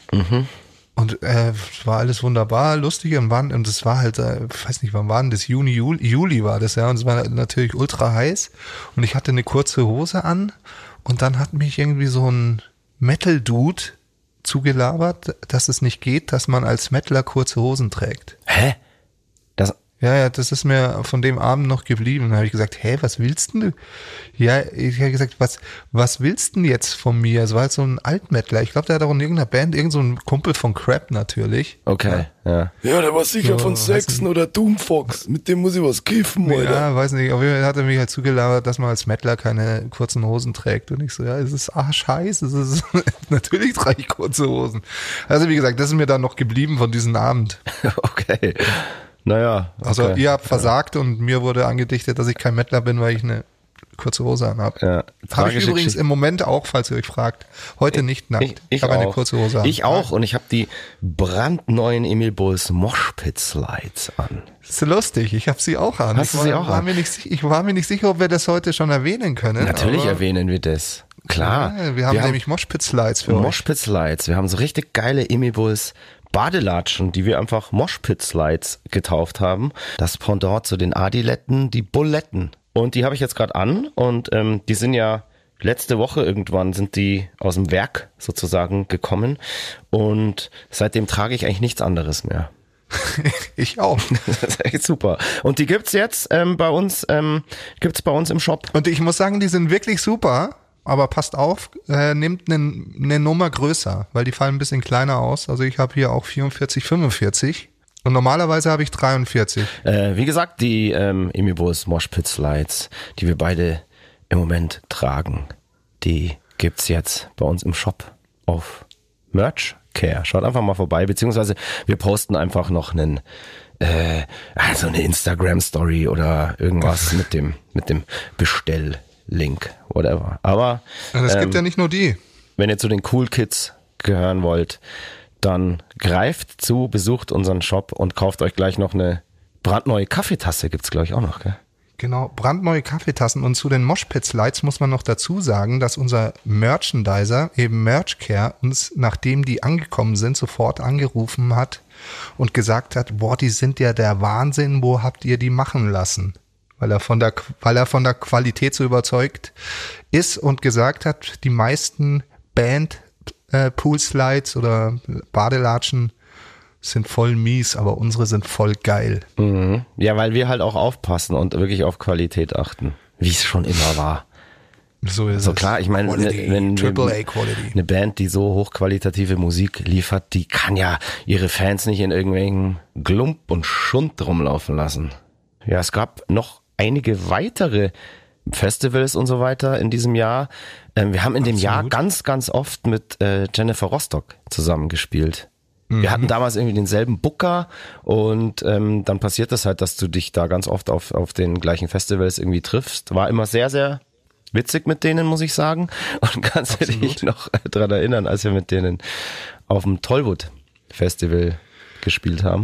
Und äh, es war alles wunderbar, lustig und waren, und es war halt, äh, ich weiß nicht, wann war denn das? Juni, Juli, Juli war das, ja. Und es war natürlich ultra heiß. Und ich hatte eine kurze Hose an und dann hat mich irgendwie so ein Metal-Dude zugelabert, dass es nicht geht, dass man als Metaler kurze Hosen trägt. hä? Das, Ja, ja, das ist mir von dem Abend noch geblieben. Da habe ich gesagt, hä, was willst denn du? Ja, ich habe gesagt, was, was willst denn jetzt von mir? Es war halt so ein Altmettler. Ich glaube, der hat auch in irgendeiner Band, irgend so ein Kumpel von Crap natürlich. okay, ja. Ja, der war sicher So, von weiß Saxon oder Doomfox. Mit dem muss ich was kiffen, Alter. Ja, weiß nicht. Auf jeden Fall hat er mich halt zugelabert, dass man als Mettler keine kurzen Hosen trägt. Und ich so, ja, es ist arschheiß. Es ist, natürlich trage ich kurze Hosen. Also wie gesagt, das ist mir dann noch geblieben von diesem Abend. Okay. Naja. Okay. Also ihr habt versagt und mir wurde angedichtet, dass ich kein Mettler bin, weil ich eine kurze Hose anhabe. Ja, Habe ich tragische übrigens Geschichte. im Moment auch, falls ihr euch fragt. Heute nicht nackt. Ich, Ich, ich habe auch. eine kurze Hose an. Ich auch und ich habe die brandneuen Emil Bulls Moshpit Slides an. Das ist lustig, ich habe sie auch an. Hast ich du sie war, auch war an? Mir nicht, si- ich war mir nicht sicher, ob wir das heute schon erwähnen können. Natürlich aber, erwähnen wir das. Klar. Ja, wir haben nämlich Moshpit-Slides für euch. Moshpit Slides. Wir haben so richtig geile Emil Bulls Badelatschen, die wir einfach Moshpit Slides getauft haben. Das Pendant zu den Adiletten, die Buletten. Und die habe ich jetzt gerade an und ähm, die sind ja letzte Woche irgendwann sind die aus dem Werk sozusagen gekommen und seitdem trage ich eigentlich nichts anderes mehr. Ich auch. Das ist echt super. Und die gibt's jetzt ähm, bei uns, ähm, gibt's bei uns im Shop. Und ich muss sagen, die sind wirklich super. Aber passt auf, äh, nehmt eine ne Nummer größer, weil die fallen ein bisschen kleiner aus. Also ich habe hier auch vierundvierzig, fünfundvierzig und normalerweise habe ich dreiundvierzig. Äh, wie gesagt, die ähm, Emil Bulls Moshpit Slides, die wir beide im Moment tragen, die gibt's jetzt bei uns im Shop auf Merch Care. Schaut einfach mal vorbei, beziehungsweise wir posten einfach noch einen äh, also eine Instagram Story oder irgendwas mit dem mit dem Bestelllink, whatever. Aber Es ähm, gibt ja nicht nur die. wenn ihr zu den Cool Kids gehören wollt, dann greift zu, besucht unseren Shop und kauft euch gleich noch eine brandneue Kaffeetasse, gibt's glaube ich auch noch, gell? Genau, brandneue Kaffeetassen. Und zu den Moshpit-Slides muss man noch dazu sagen, dass unser Merchandiser, eben Merchcare, uns, nachdem die angekommen sind, sofort angerufen hat und gesagt hat, boah, die sind ja der Wahnsinn, wo habt ihr die machen lassen? Weil er von der, weil er von der Qualität so überzeugt ist und gesagt hat, die meisten Band äh, Pool-Slides oder Badelatschen sind voll mies, aber unsere sind voll geil. Mhm. Ja, weil wir halt auch aufpassen und wirklich auf Qualität achten, wie es schon immer war. So ist So es. klar, ich meine, Quality, wenn Triple wir- A Quality. eine Band, die so hochqualitative Musik liefert, die kann ja ihre Fans nicht in irgendwelchen Glump und Schund rumlaufen lassen. Ja, es gab noch einige weitere Festivals und so weiter in diesem Jahr. Ähm, wir haben in dem Jahr ganz, ganz oft mit äh, Jennifer Rostock zusammengespielt. Wir hatten damals irgendwie denselben Booker und ähm, dann passiert das halt, dass du dich da ganz oft auf, auf den gleichen Festivals irgendwie triffst. War immer sehr, sehr witzig mit denen, muss ich sagen. Und kannst du dich noch dran erinnern, als wir mit denen auf dem Tollwood Festival gespielt haben?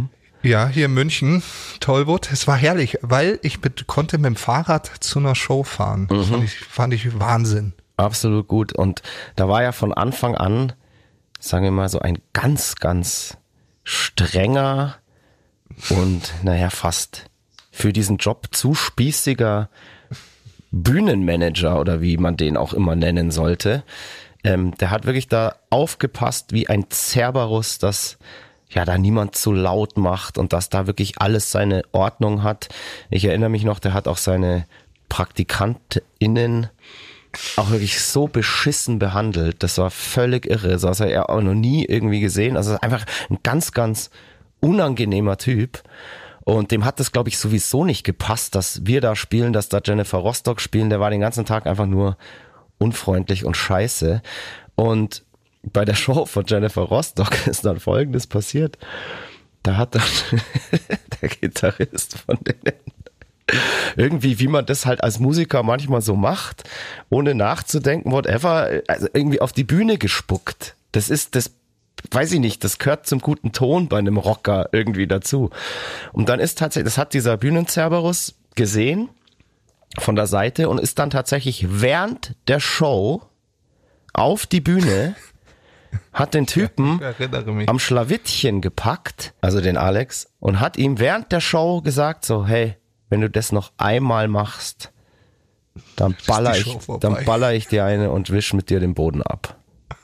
Ja, hier in München, Tollwood. Es war herrlich, weil ich mit, konnte mit dem Fahrrad zu einer Show fahren. Das fand ich, fand ich Wahnsinn. Absolut gut. Und da war ja von Anfang an, sagen wir mal, so ein ganz, ganz strenger und naja, fast für diesen Job zu spießiger Bühnenmanager oder wie man den auch immer nennen sollte. Ähm, der hat wirklich da aufgepasst wie ein Cerberus, dass ja da niemand zu laut macht und dass da wirklich alles seine Ordnung hat. Ich erinnere mich noch, der hat auch seine PraktikantInnen auch wirklich so beschissen behandelt. Das war völlig irre. Das hat er auch noch nie irgendwie gesehen. Also einfach ein ganz, ganz unangenehmer Typ. Und dem hat das, glaube ich, sowieso nicht gepasst, dass wir da spielen, dass da Jennifer Rostock spielen. Der war den ganzen Tag einfach nur unfreundlich und scheiße. Und bei der Show von Jennifer Rostock ist dann Folgendes passiert. Da hat dann der Gitarrist von denen irgendwie, wie man das halt als Musiker manchmal so macht, ohne nachzudenken, whatever, also irgendwie auf die Bühne gespuckt. Das ist, das weiß ich nicht, das gehört zum guten Ton bei einem Rocker irgendwie dazu. Und dann ist tatsächlich, das hat dieser Bühnenzerberus gesehen von der Seite und ist dann tatsächlich während der Show auf die Bühne, hat den Typen am Schlawittchen gepackt, also den Alex, und hat ihm während der Show gesagt so, hey, wenn du das noch einmal machst, dann baller ich, dann baller ich dir eine und wisch mit dir den Boden ab.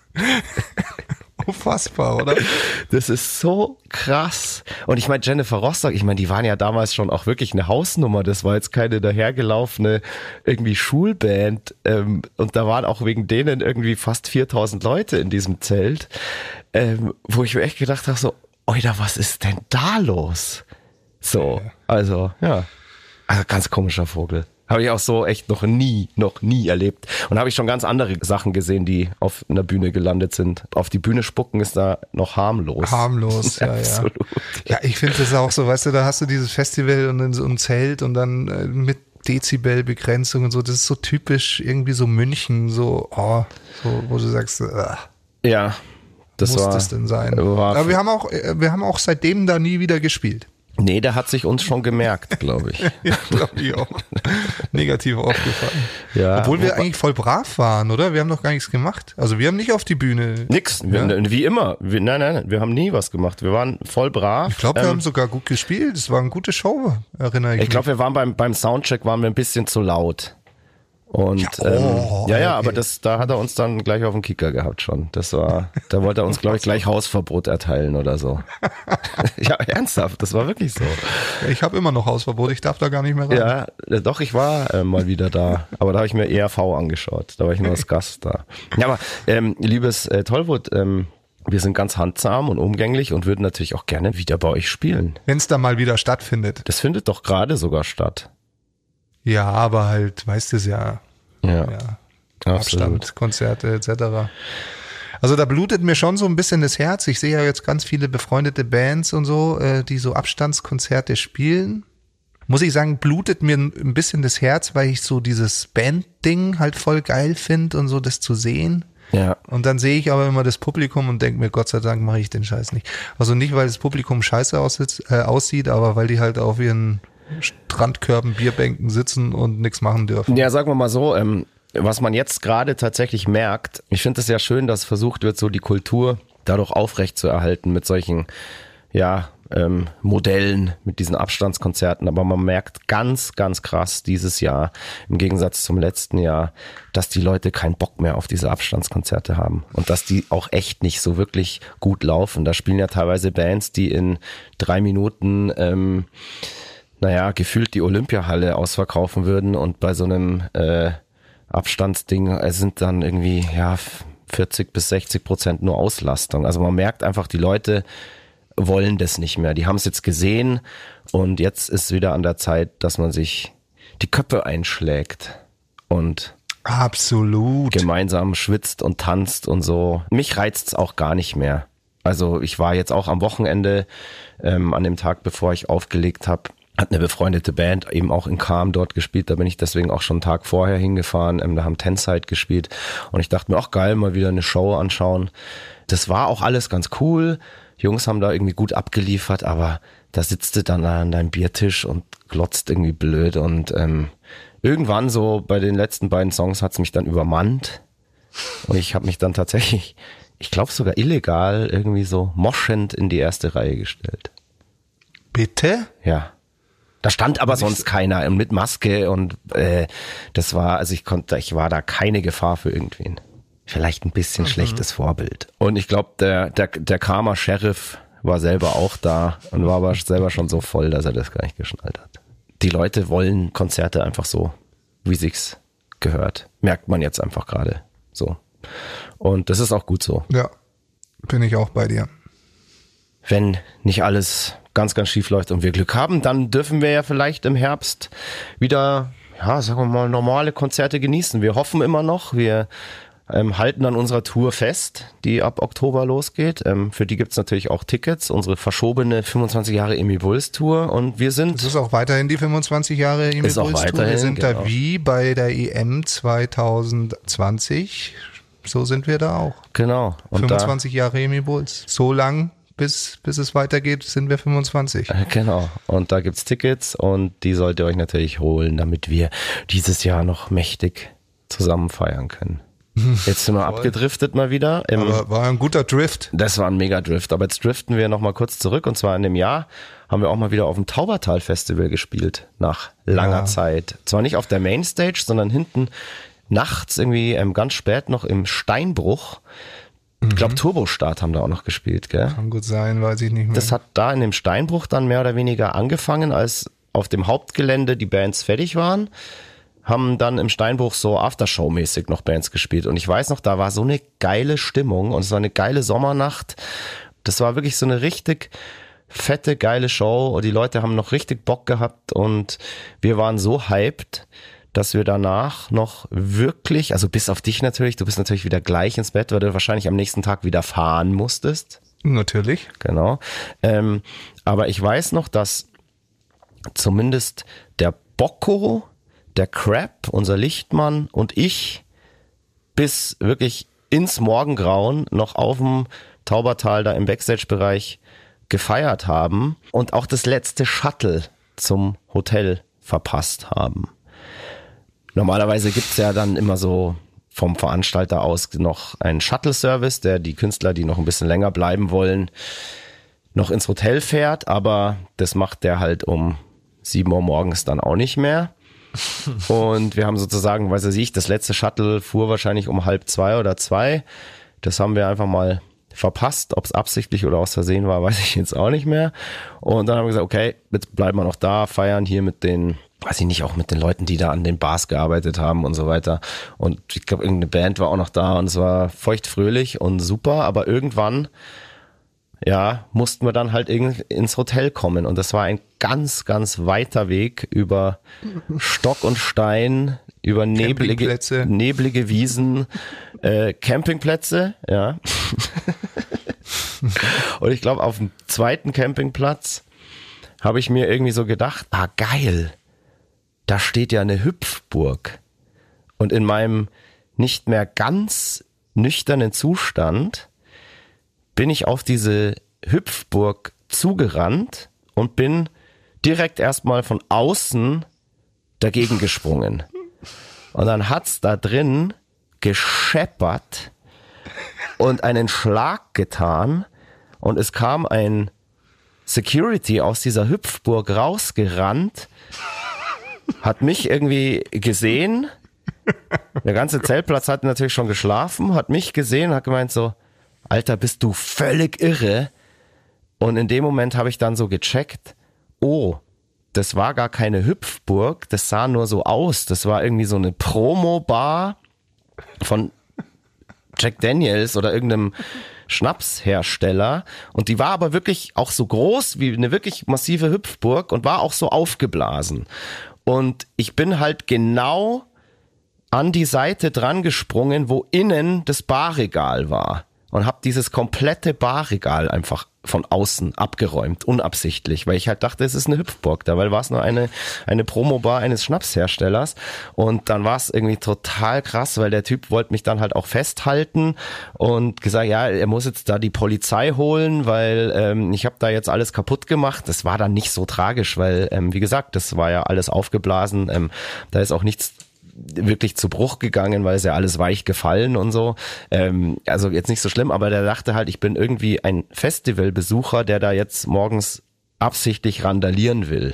Unfassbar, oder? Das ist so krass. Und ich meine, Jennifer Rostock, ich meine, die waren ja damals schon auch wirklich eine Hausnummer. Das war jetzt keine dahergelaufene irgendwie Schulband. Ähm, und da waren auch wegen denen irgendwie fast viertausend Leute in diesem Zelt, ähm, wo ich mir echt gedacht habe, so, Alter, was ist denn da los? So, also, ja. Also ganz komischer Vogel. Habe ich auch so echt noch nie, noch nie erlebt. Und habe ich schon ganz andere Sachen gesehen, die auf einer Bühne gelandet sind. Auf die Bühne spucken ist da noch harmlos. Harmlos, ja, Absolut. ja. Ja, ich finde das auch so, weißt du, da hast du dieses Festival und dann so ein Zelt und dann äh, mit Dezibelbegrenzung und so. Das ist so typisch irgendwie so München, so, oh, so wo du sagst, äh, ja, das muss war, das denn sein? War Aber wir haben auch, wir haben auch seitdem da nie wieder gespielt. Nee, der hat sich uns schon gemerkt, glaube ich. Ja, glaube ich auch. Negativ aufgefallen. Ja, Obwohl wir eigentlich voll brav waren, oder? Wir haben doch gar nichts gemacht. Also wir haben nicht auf die Bühne. Nix, Ja. wir, wie immer. Wir, nein, nein, wir haben nie was gemacht. Wir waren voll brav. Ich glaube, wir Ähm, haben sogar gut gespielt. Es war eine gute Show, erinnere ich, Ich glaube, wir waren beim, beim Soundcheck waren wir ein bisschen zu laut. Und Ja, ja, oh, ähm, ja, ja, okay. aber das, da hat er uns dann gleich auf den Kicker gehabt schon. Das war, da wollte er uns, glaube ich, gleich Hausverbot erteilen oder so. Ja, ernsthaft, das war wirklich so. mich. Ich habe immer noch Hausverbot. Ich darf da gar nicht mehr rein. Ja, äh, doch, ich war äh, mal wieder da, aber da habe ich mir E R V angeschaut. Da war ich nur als Gast da. Ja, aber ähm, liebes äh, Tollwood, ähm, wir sind ganz handsam und umgänglich und würden natürlich auch gerne wieder bei euch spielen. Wenn es da mal wieder stattfindet. Das findet doch gerade sogar statt. Ja, aber halt, weißt du es ja. Ja, Ja. absolut. Abstand, Konzerte et cetera. Also da blutet mir schon so ein bisschen das Herz. Ich sehe ja jetzt ganz viele befreundete Bands und so, äh, die so Abstandskonzerte spielen. Muss ich sagen, blutet mir ein bisschen das Herz, weil ich so dieses Band-Ding halt voll geil finde und so das zu sehen. Ja. Und dann sehe ich aber immer das Publikum und denke mir, Gott sei Dank mache ich den Scheiß nicht. Also nicht, weil das Publikum scheiße aussieht, äh, aussieht, aber weil die halt auf ihren Strandkörben, Bierbänken sitzen und nichts machen dürfen. Ja, sagen wir mal so, ähm, was man jetzt gerade tatsächlich merkt, ich finde es ja schön, dass versucht wird, so die Kultur dadurch aufrecht zu erhalten mit solchen, ja, ähm, Modellen, mit diesen Abstandskonzerten, aber man merkt ganz, ganz krass dieses Jahr, im Gegensatz zum letzten Jahr, dass die Leute keinen Bock mehr auf diese Abstandskonzerte haben und dass die auch echt nicht so wirklich gut laufen. Da spielen ja teilweise Bands, die in drei Minuten ähm, naja, gefühlt die Olympiahalle ausverkaufen würden und bei so einem äh, Abstandsding äh, sind dann irgendwie ja vierzig bis sechzig Prozent nur Auslastung. Also man merkt einfach, die Leute wollen das nicht mehr. Die haben es jetzt gesehen und jetzt ist wieder an der Zeit, dass man sich die Köpfe einschlägt und Absolut. gemeinsam schwitzt und tanzt und so. Mich reizt es auch gar nicht mehr. Also ich war jetzt auch am Wochenende, ähm, an dem Tag, bevor ich aufgelegt habe, hat eine befreundete Band eben auch in Cham dort gespielt. Da bin ich deswegen auch schon einen Tag vorher hingefahren. Ähm, da haben Tenside gespielt. Und ich dachte mir, ach geil, mal wieder eine Show anschauen. Das war auch alles ganz cool. Die Jungs haben da irgendwie gut abgeliefert, aber da sitzt du dann an deinem Biertisch und glotzt irgendwie blöd und ähm, irgendwann so bei den letzten beiden Songs hat's mich dann übermannt und ich habe mich dann tatsächlich, ich glaube sogar illegal, irgendwie so moschend in die erste Reihe gestellt. Bitte? Ja. Da stand aber sonst keiner und mit Maske und äh, das war, also ich konnte, ich war da keine Gefahr für irgendwen. Vielleicht ein bisschen mhm. schlechtes Vorbild. Und ich glaube, der, der, der Karma-Sheriff war selber auch da und war aber selber schon so voll, dass er das gar nicht geschnallt hat. Die Leute wollen Konzerte einfach so, wie sich's gehört. Merkt man jetzt einfach gerade so. Und das ist auch gut so. Ja, bin ich auch bei dir. Wenn nicht alles ganz, ganz schief läuft und wir Glück haben, dann dürfen wir ja vielleicht im Herbst wieder, ja, sagen wir mal, normale Konzerte genießen. Wir hoffen immer noch, wir ähm, halten an unserer Tour fest, die ab Oktober losgeht. Ähm, für die gibt's natürlich auch Tickets, unsere verschobene fünfundzwanzig Jahre Emil Bulls Tour und wir sind... Das ist auch weiterhin die fünfundzwanzig Jahre Emil Bulls Tour. Wir sind genau. da wie bei der E M zwanzig zwanzig, so sind wir da auch. Genau. Und fünfundzwanzig da, Jahre Emil Bulls. So lang, bis, bis es weitergeht, sind wir fünfundzwanzig. Genau. Und da gibt's Tickets und die sollt ihr euch natürlich holen, damit wir dieses Jahr noch mächtig zusammen feiern können. Jetzt sind wir Voll. abgedriftet mal wieder. Im, aber war ein guter Drift. Das war ein mega Drift. Aber jetzt driften wir nochmal kurz zurück. Und zwar in dem Jahr haben wir auch mal wieder auf dem Taubertal Festival gespielt. Nach langer ja. Zeit. Zwar nicht auf der Mainstage, sondern hinten nachts irgendwie ähm, ganz spät noch im Steinbruch. Ich glaube, Turbostart haben da auch noch gespielt, gell? Kann gut sein, weiß ich nicht mehr. Das hat da in dem Steinbruch dann mehr oder weniger angefangen, als auf dem Hauptgelände die Bands fertig waren. Haben dann im Steinbruch so Aftershow-mäßig noch Bands gespielt. Und ich weiß noch, da war so eine geile Stimmung und es war eine geile Sommernacht. Das war wirklich so eine richtig fette, geile Show und die Leute haben noch richtig Bock gehabt und wir waren so hyped, dass wir danach noch wirklich, also bis auf dich natürlich, du bist natürlich wieder gleich ins Bett, weil du wahrscheinlich am nächsten Tag wieder fahren musstest. Natürlich. Genau. Ähm, aber ich weiß noch, dass zumindest der Bocco, der Crab, unser Lichtmann und ich bis wirklich ins Morgengrauen noch auf dem Taubertal da im Backstage-Bereich gefeiert haben und auch das letzte Shuttle zum Hotel verpasst haben. Normalerweise gibt's ja dann immer so vom Veranstalter aus noch einen Shuttle-Service, der die Künstler, die noch ein bisschen länger bleiben wollen, noch ins Hotel fährt, aber das macht der halt um sieben Uhr morgens dann auch nicht mehr. Und wir haben sozusagen, weiß ich, das letzte Shuttle fuhr wahrscheinlich um halb zwei oder zwei. Das haben wir einfach mal verpasst. Ob es absichtlich oder aus Versehen war, weiß ich jetzt auch nicht mehr. Und dann haben wir gesagt, okay, jetzt bleiben wir noch da, feiern hier mit den, weiß ich nicht, auch mit den Leuten, die da an den Bars gearbeitet haben und so weiter. Und ich glaube, irgendeine Band war auch noch da und es war feuchtfröhlich und super. Aber irgendwann, ja, mussten wir dann halt ins Hotel kommen. Und das war ein ganz, ganz weiter Weg über Stock und Stein, über neblige, neblige Wiesen, äh, Campingplätze, ja. Und ich glaube, auf dem zweiten Campingplatz habe ich mir irgendwie so gedacht, ah geil, da steht ja eine Hüpfburg. Und in meinem nicht mehr ganz nüchternen Zustand bin ich auf diese Hüpfburg zugerannt und bin direkt erstmal von außen dagegen gesprungen. Und dann hat's da drin gescheppert und einen Schlag getan und es kam ein Security aus dieser Hüpfburg rausgerannt, hat mich irgendwie gesehen, der ganze Zeltplatz hat natürlich schon geschlafen, hat mich gesehen, hat gemeint so, Alter, bist du völlig irre? Und in dem Moment habe ich dann so gecheckt, oh, das war gar keine Hüpfburg, das sah nur so aus. Das war irgendwie so eine Promo-Bar von Jack Daniels oder irgendeinem Schnapshersteller. Und die war aber wirklich auch so groß wie eine wirklich massive Hüpfburg und war auch so aufgeblasen. Und ich bin halt genau an die Seite dran gesprungen, wo innen das Barregal war. und habe dieses komplette Barregal einfach von außen abgeräumt, unabsichtlich, weil ich halt dachte, es ist eine Hüpfburg. Dabei war es nur eine eine Promobar eines Schnapsherstellers und dann war es irgendwie total krass, weil der Typ wollte mich dann halt auch festhalten und gesagt, ja, er muss jetzt da die Polizei holen, weil ähm, ich habe da jetzt alles kaputt gemacht. Das war dann nicht so tragisch, weil, ähm, wie gesagt, das war ja alles aufgeblasen. Ähm, da ist auch nichts wirklich zu Bruch gegangen, weil es ja alles weich gefallen und so. Ähm, also jetzt nicht so schlimm, aber der dachte halt, ich bin irgendwie ein Festivalbesucher, der da jetzt morgens absichtlich randalieren will.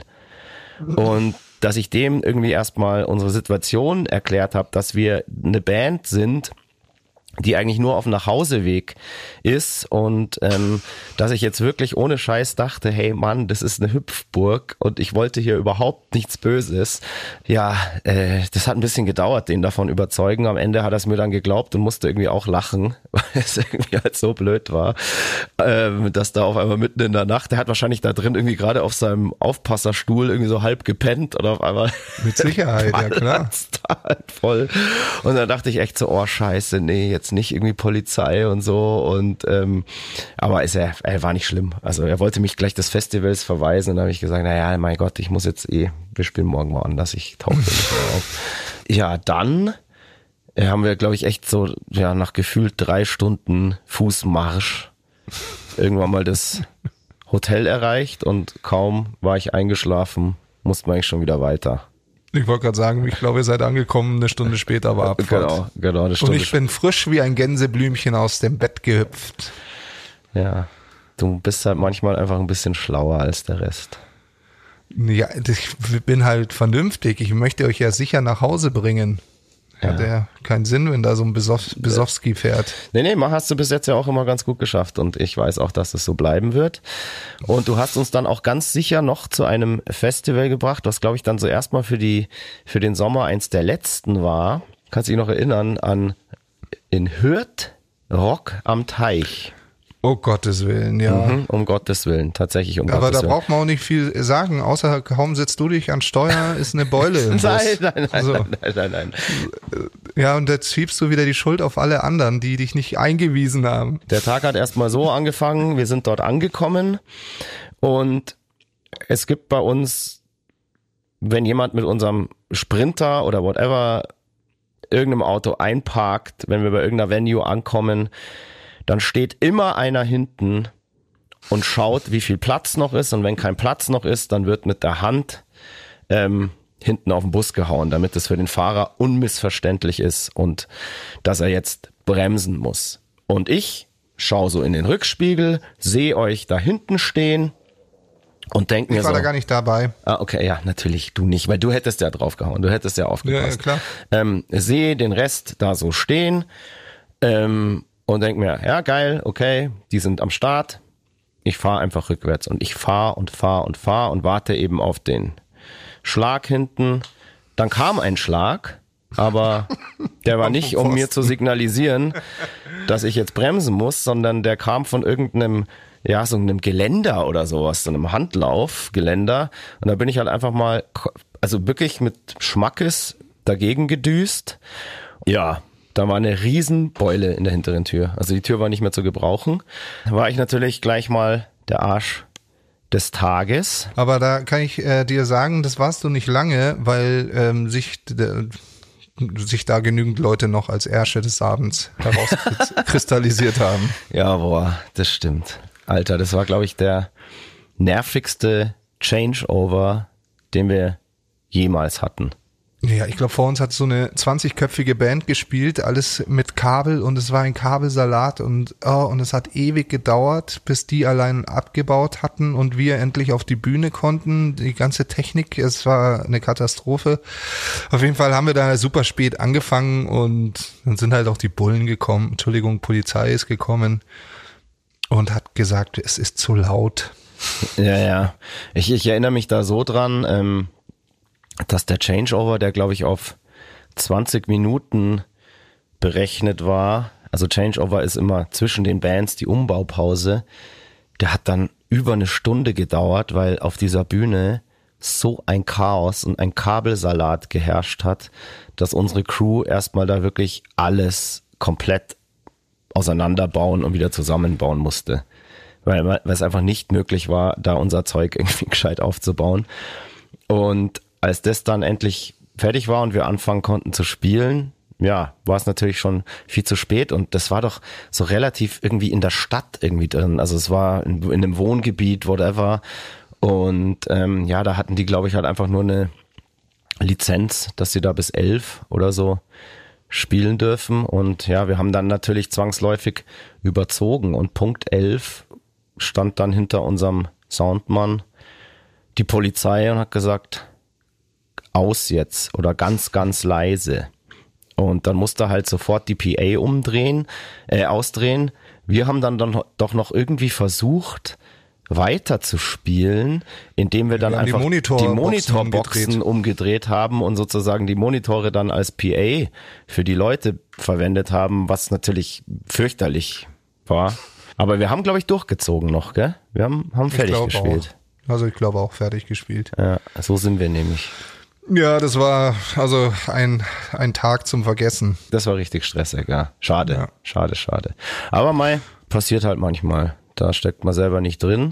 Und dass ich dem irgendwie erstmal unsere Situation erklärt habe, dass wir eine Band sind, die eigentlich nur auf dem Nachhauseweg ist und ähm, dass ich jetzt wirklich ohne Scheiß dachte, hey Mann, das ist eine Hüpfburg und ich wollte hier überhaupt nichts Böses. Ja, äh, das hat ein bisschen gedauert, den davon überzeugen. Am Ende hat er es mir dann geglaubt und musste irgendwie auch lachen, weil es irgendwie halt so blöd war, ähm, dass da auf einmal mitten in der Nacht, der hat wahrscheinlich da drin irgendwie gerade auf seinem Aufpasserstuhl irgendwie so halb gepennt oder auf einmal mit Sicherheit, ja klar. Da halt voll. Und dann dachte ich echt so, oh Scheiße, nee, jetzt nicht irgendwie Polizei und so und ähm, aber ist er, er war nicht schlimm. Also er wollte mich gleich des Festivals verweisen und dann habe ich gesagt, naja, mein Gott, ich muss jetzt eh, wir spielen morgen mal anders, ich tauche nicht mehr auf. Ja, dann äh, haben wir, glaube ich, echt so, ja, nach gefühlt drei Stunden Fußmarsch irgendwann mal das Hotel erreicht und kaum war ich eingeschlafen, musste man eigentlich schon wieder weiter. Ich wollte gerade sagen, ich glaube, ihr seid angekommen, eine Stunde später war Abfahrt. Genau, genau, eine Stunde. Und ich bin frisch wie ein Gänseblümchen aus dem Bett gehüpft. Ja, du bist halt manchmal einfach ein bisschen schlauer als der Rest. Ja, ich bin halt vernünftig. Ich möchte euch ja sicher nach Hause bringen. Ja. Hat ja keinen Sinn, wenn da so ein Besoff- Besowski fährt. Nee, nee, mach hast du bis jetzt ja auch immer ganz gut geschafft und ich weiß auch, dass es so bleiben wird. Und du hast uns dann auch ganz sicher noch zu einem Festival gebracht, was, glaube ich, dann so erstmal für die, für den Sommer eins der letzten war. Kannst du dich noch erinnern an in Hürth Rock am Teich. Oh Gottes Willen, ja. Mhm, um Gottes Willen, tatsächlich um Aber Gottes da Willen. braucht man auch nicht viel sagen, außer kaum setzt du dich an Steuer, ist eine Beule im Bus. Nein, nein, nein, So. nein, nein, nein, nein. Ja, und jetzt schiebst du wieder die Schuld auf alle anderen, die dich nicht eingewiesen haben. Der Tag hat erstmal so angefangen, wir sind dort angekommen und es gibt bei uns, wenn jemand mit unserem Sprinter oder whatever irgendeinem Auto einparkt, wenn wir bei irgendeiner Venue ankommen, dann steht immer einer hinten und schaut, wie viel Platz noch ist und wenn kein Platz noch ist, dann wird mit der Hand ähm, hinten auf den Bus gehauen, damit es für den Fahrer unmissverständlich ist und dass er jetzt bremsen muss. Und ich schaue so in den Rückspiegel, sehe euch da hinten stehen und denke mir Ich war so, da gar nicht dabei. ah, okay, ja, natürlich, du nicht, weil du hättest ja draufgehauen, du hättest ja aufgepasst. Ja, ja, klar. Ähm, sehe den Rest da so stehen ähm, und denke mir, ja geil, okay, die sind am Start, ich fahre einfach rückwärts und ich fahre und fahre und fahre und warte eben auf den Schlag hinten. Dann kam ein Schlag, aber der war nicht, um mir zu signalisieren, dass ich jetzt bremsen muss, sondern der kam von irgendeinem, ja, so einem Geländer oder sowas, so einem Handlaufgeländer. Und da bin ich halt einfach mal, also wirklich mit Schmackes dagegen gedüst. Ja, da war eine Riesenbeule in der hinteren Tür. Also die Tür war nicht mehr zu gebrauchen. Da war ich natürlich gleich mal der Arsch des Tages. Aber da kann ich äh, dir sagen, das warst du nicht lange, weil ähm, sich, d- sich da genügend Leute noch als Ärsche des Abends herauskristallisiert haben. Ja, boah, das stimmt. Alter, das war, glaube ich, der nervigste Changeover, den wir jemals hatten. Ja, ich glaube, vor uns hat so eine zwanzigköpfige Band gespielt, alles mit Kabel und es war ein Kabelsalat und oh, und es hat ewig gedauert, bis die allein abgebaut hatten und wir endlich auf die Bühne konnten. Die ganze Technik, es war eine Katastrophe. Auf jeden Fall haben wir da super spät angefangen und dann sind halt auch die Bullen gekommen, Entschuldigung, Polizei ist gekommen und hat gesagt, es ist zu laut. Ja, ja. Ich, ich erinnere mich da so dran, ähm, dass der Changeover, der glaube ich auf zwanzig Minuten berechnet war, also Changeover ist immer zwischen den Bands die Umbaupause, der hat dann über eine Stunde gedauert, weil auf dieser Bühne so ein Chaos und ein Kabelsalat geherrscht hat, dass unsere Crew erstmal da wirklich alles komplett auseinanderbauen und wieder zusammenbauen musste. Weil, weil es einfach nicht möglich war, da unser Zeug irgendwie gescheit aufzubauen. Und als das dann endlich fertig war und wir anfangen konnten zu spielen, ja, war es natürlich schon viel zu spät und das war doch so relativ irgendwie in der Stadt irgendwie drin. Also es war in, in einem Wohngebiet, whatever. Und ähm, ja, da hatten die, glaube ich, halt einfach nur eine Lizenz, dass sie da bis elf oder so spielen dürfen. Und ja, wir haben dann natürlich zwangsläufig überzogen und Punkt elf stand dann hinter unserem Soundmann die Polizei und hat gesagt, aus jetzt oder ganz, ganz leise. Und dann musste halt sofort die P A umdrehen, äh, ausdrehen. Wir haben dann, dann doch noch irgendwie versucht, weiter zu spielen, indem wir dann wir einfach die, Monitor die Monitorboxen umgedreht. umgedreht haben und sozusagen die Monitore dann als P A für die Leute verwendet haben, was natürlich fürchterlich war. Aber wir haben, glaube ich, durchgezogen noch, gell? Wir haben, haben fertig gespielt. Auch. Also ich glaube auch fertig gespielt. Ja, so sind wir nämlich. Ja, das war also ein, ein Tag zum Vergessen. Das war richtig stressig, ja. Schade, Ja. schade, schade. Aber mei, passiert halt manchmal. Da steckt man selber nicht drin.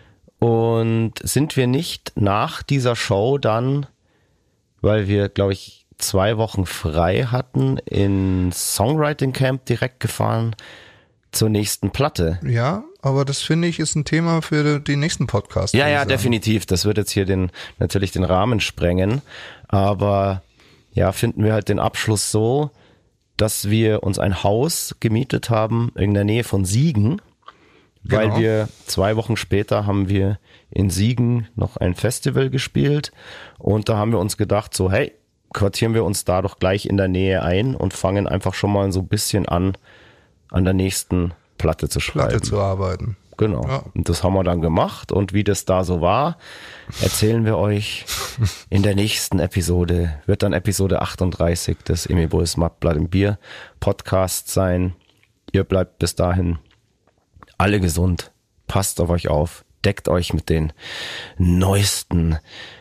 Und sind wir nicht nach dieser Show dann, weil wir, glaube ich, zwei Wochen frei hatten, in Songwriting Camp direkt gefahren zur nächsten Platte? Ja, aber das finde ich ist ein Thema für den nächsten Podcast. Ja, würde ich ja, sagen. definitiv. Das wird jetzt hier den natürlich den Rahmen sprengen. Aber ja, finden wir halt den Abschluss so, dass wir uns ein Haus gemietet haben in der Nähe von Siegen, weil Genau. wir zwei Wochen später haben wir in Siegen noch ein Festival gespielt und da haben wir uns gedacht so, hey, quartieren wir uns da doch gleich in der Nähe ein und fangen einfach schon mal so ein bisschen an, an der nächsten Platte zu schreiben. Platte zu arbeiten. Genau. Ja. Und das haben wir dann gemacht. Und wie das da so war, erzählen wir euch in der nächsten Episode. Wird dann Episode achtunddreißig des Emil Bulls Mattblatt im Bier Podcast sein. Ihr bleibt bis dahin alle gesund. Passt auf euch auf. Deckt euch mit den neuesten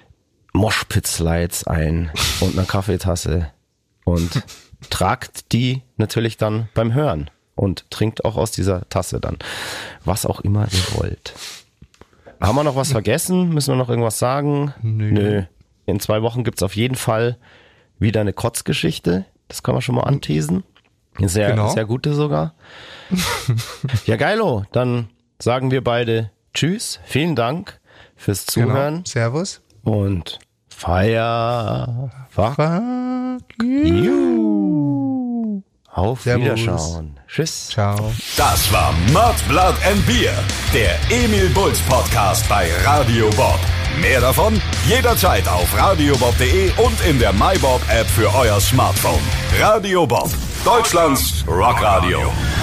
Moshpit-Slides ein und einer Kaffeetasse. Und tragt die natürlich dann beim Hören. Und trinkt auch aus dieser Tasse dann. Was auch immer ihr wollt. Haben wir noch was vergessen? Müssen wir noch irgendwas sagen? Nö. Nö. In zwei Wochen gibt's auf jeden Fall wieder eine Kotzgeschichte. Das kann man schon mal anteasen. Eine sehr, Genau. sehr gute sogar. Ja, geilo. Dann sagen wir beide Tschüss. Vielen Dank fürs Zuhören. Genau. Servus. Und Feier. Fuck Fuck you. Auf Servus. Wiederschauen. Tschüss. Ciao. Das war Mud, Blood and Beer, der Emil Bulls Podcast bei Radio Bob. Mehr davon jederzeit auf radiobob punkt de und in der MyBob App für euer Smartphone. Radio Bob, Deutschlands Rockradio.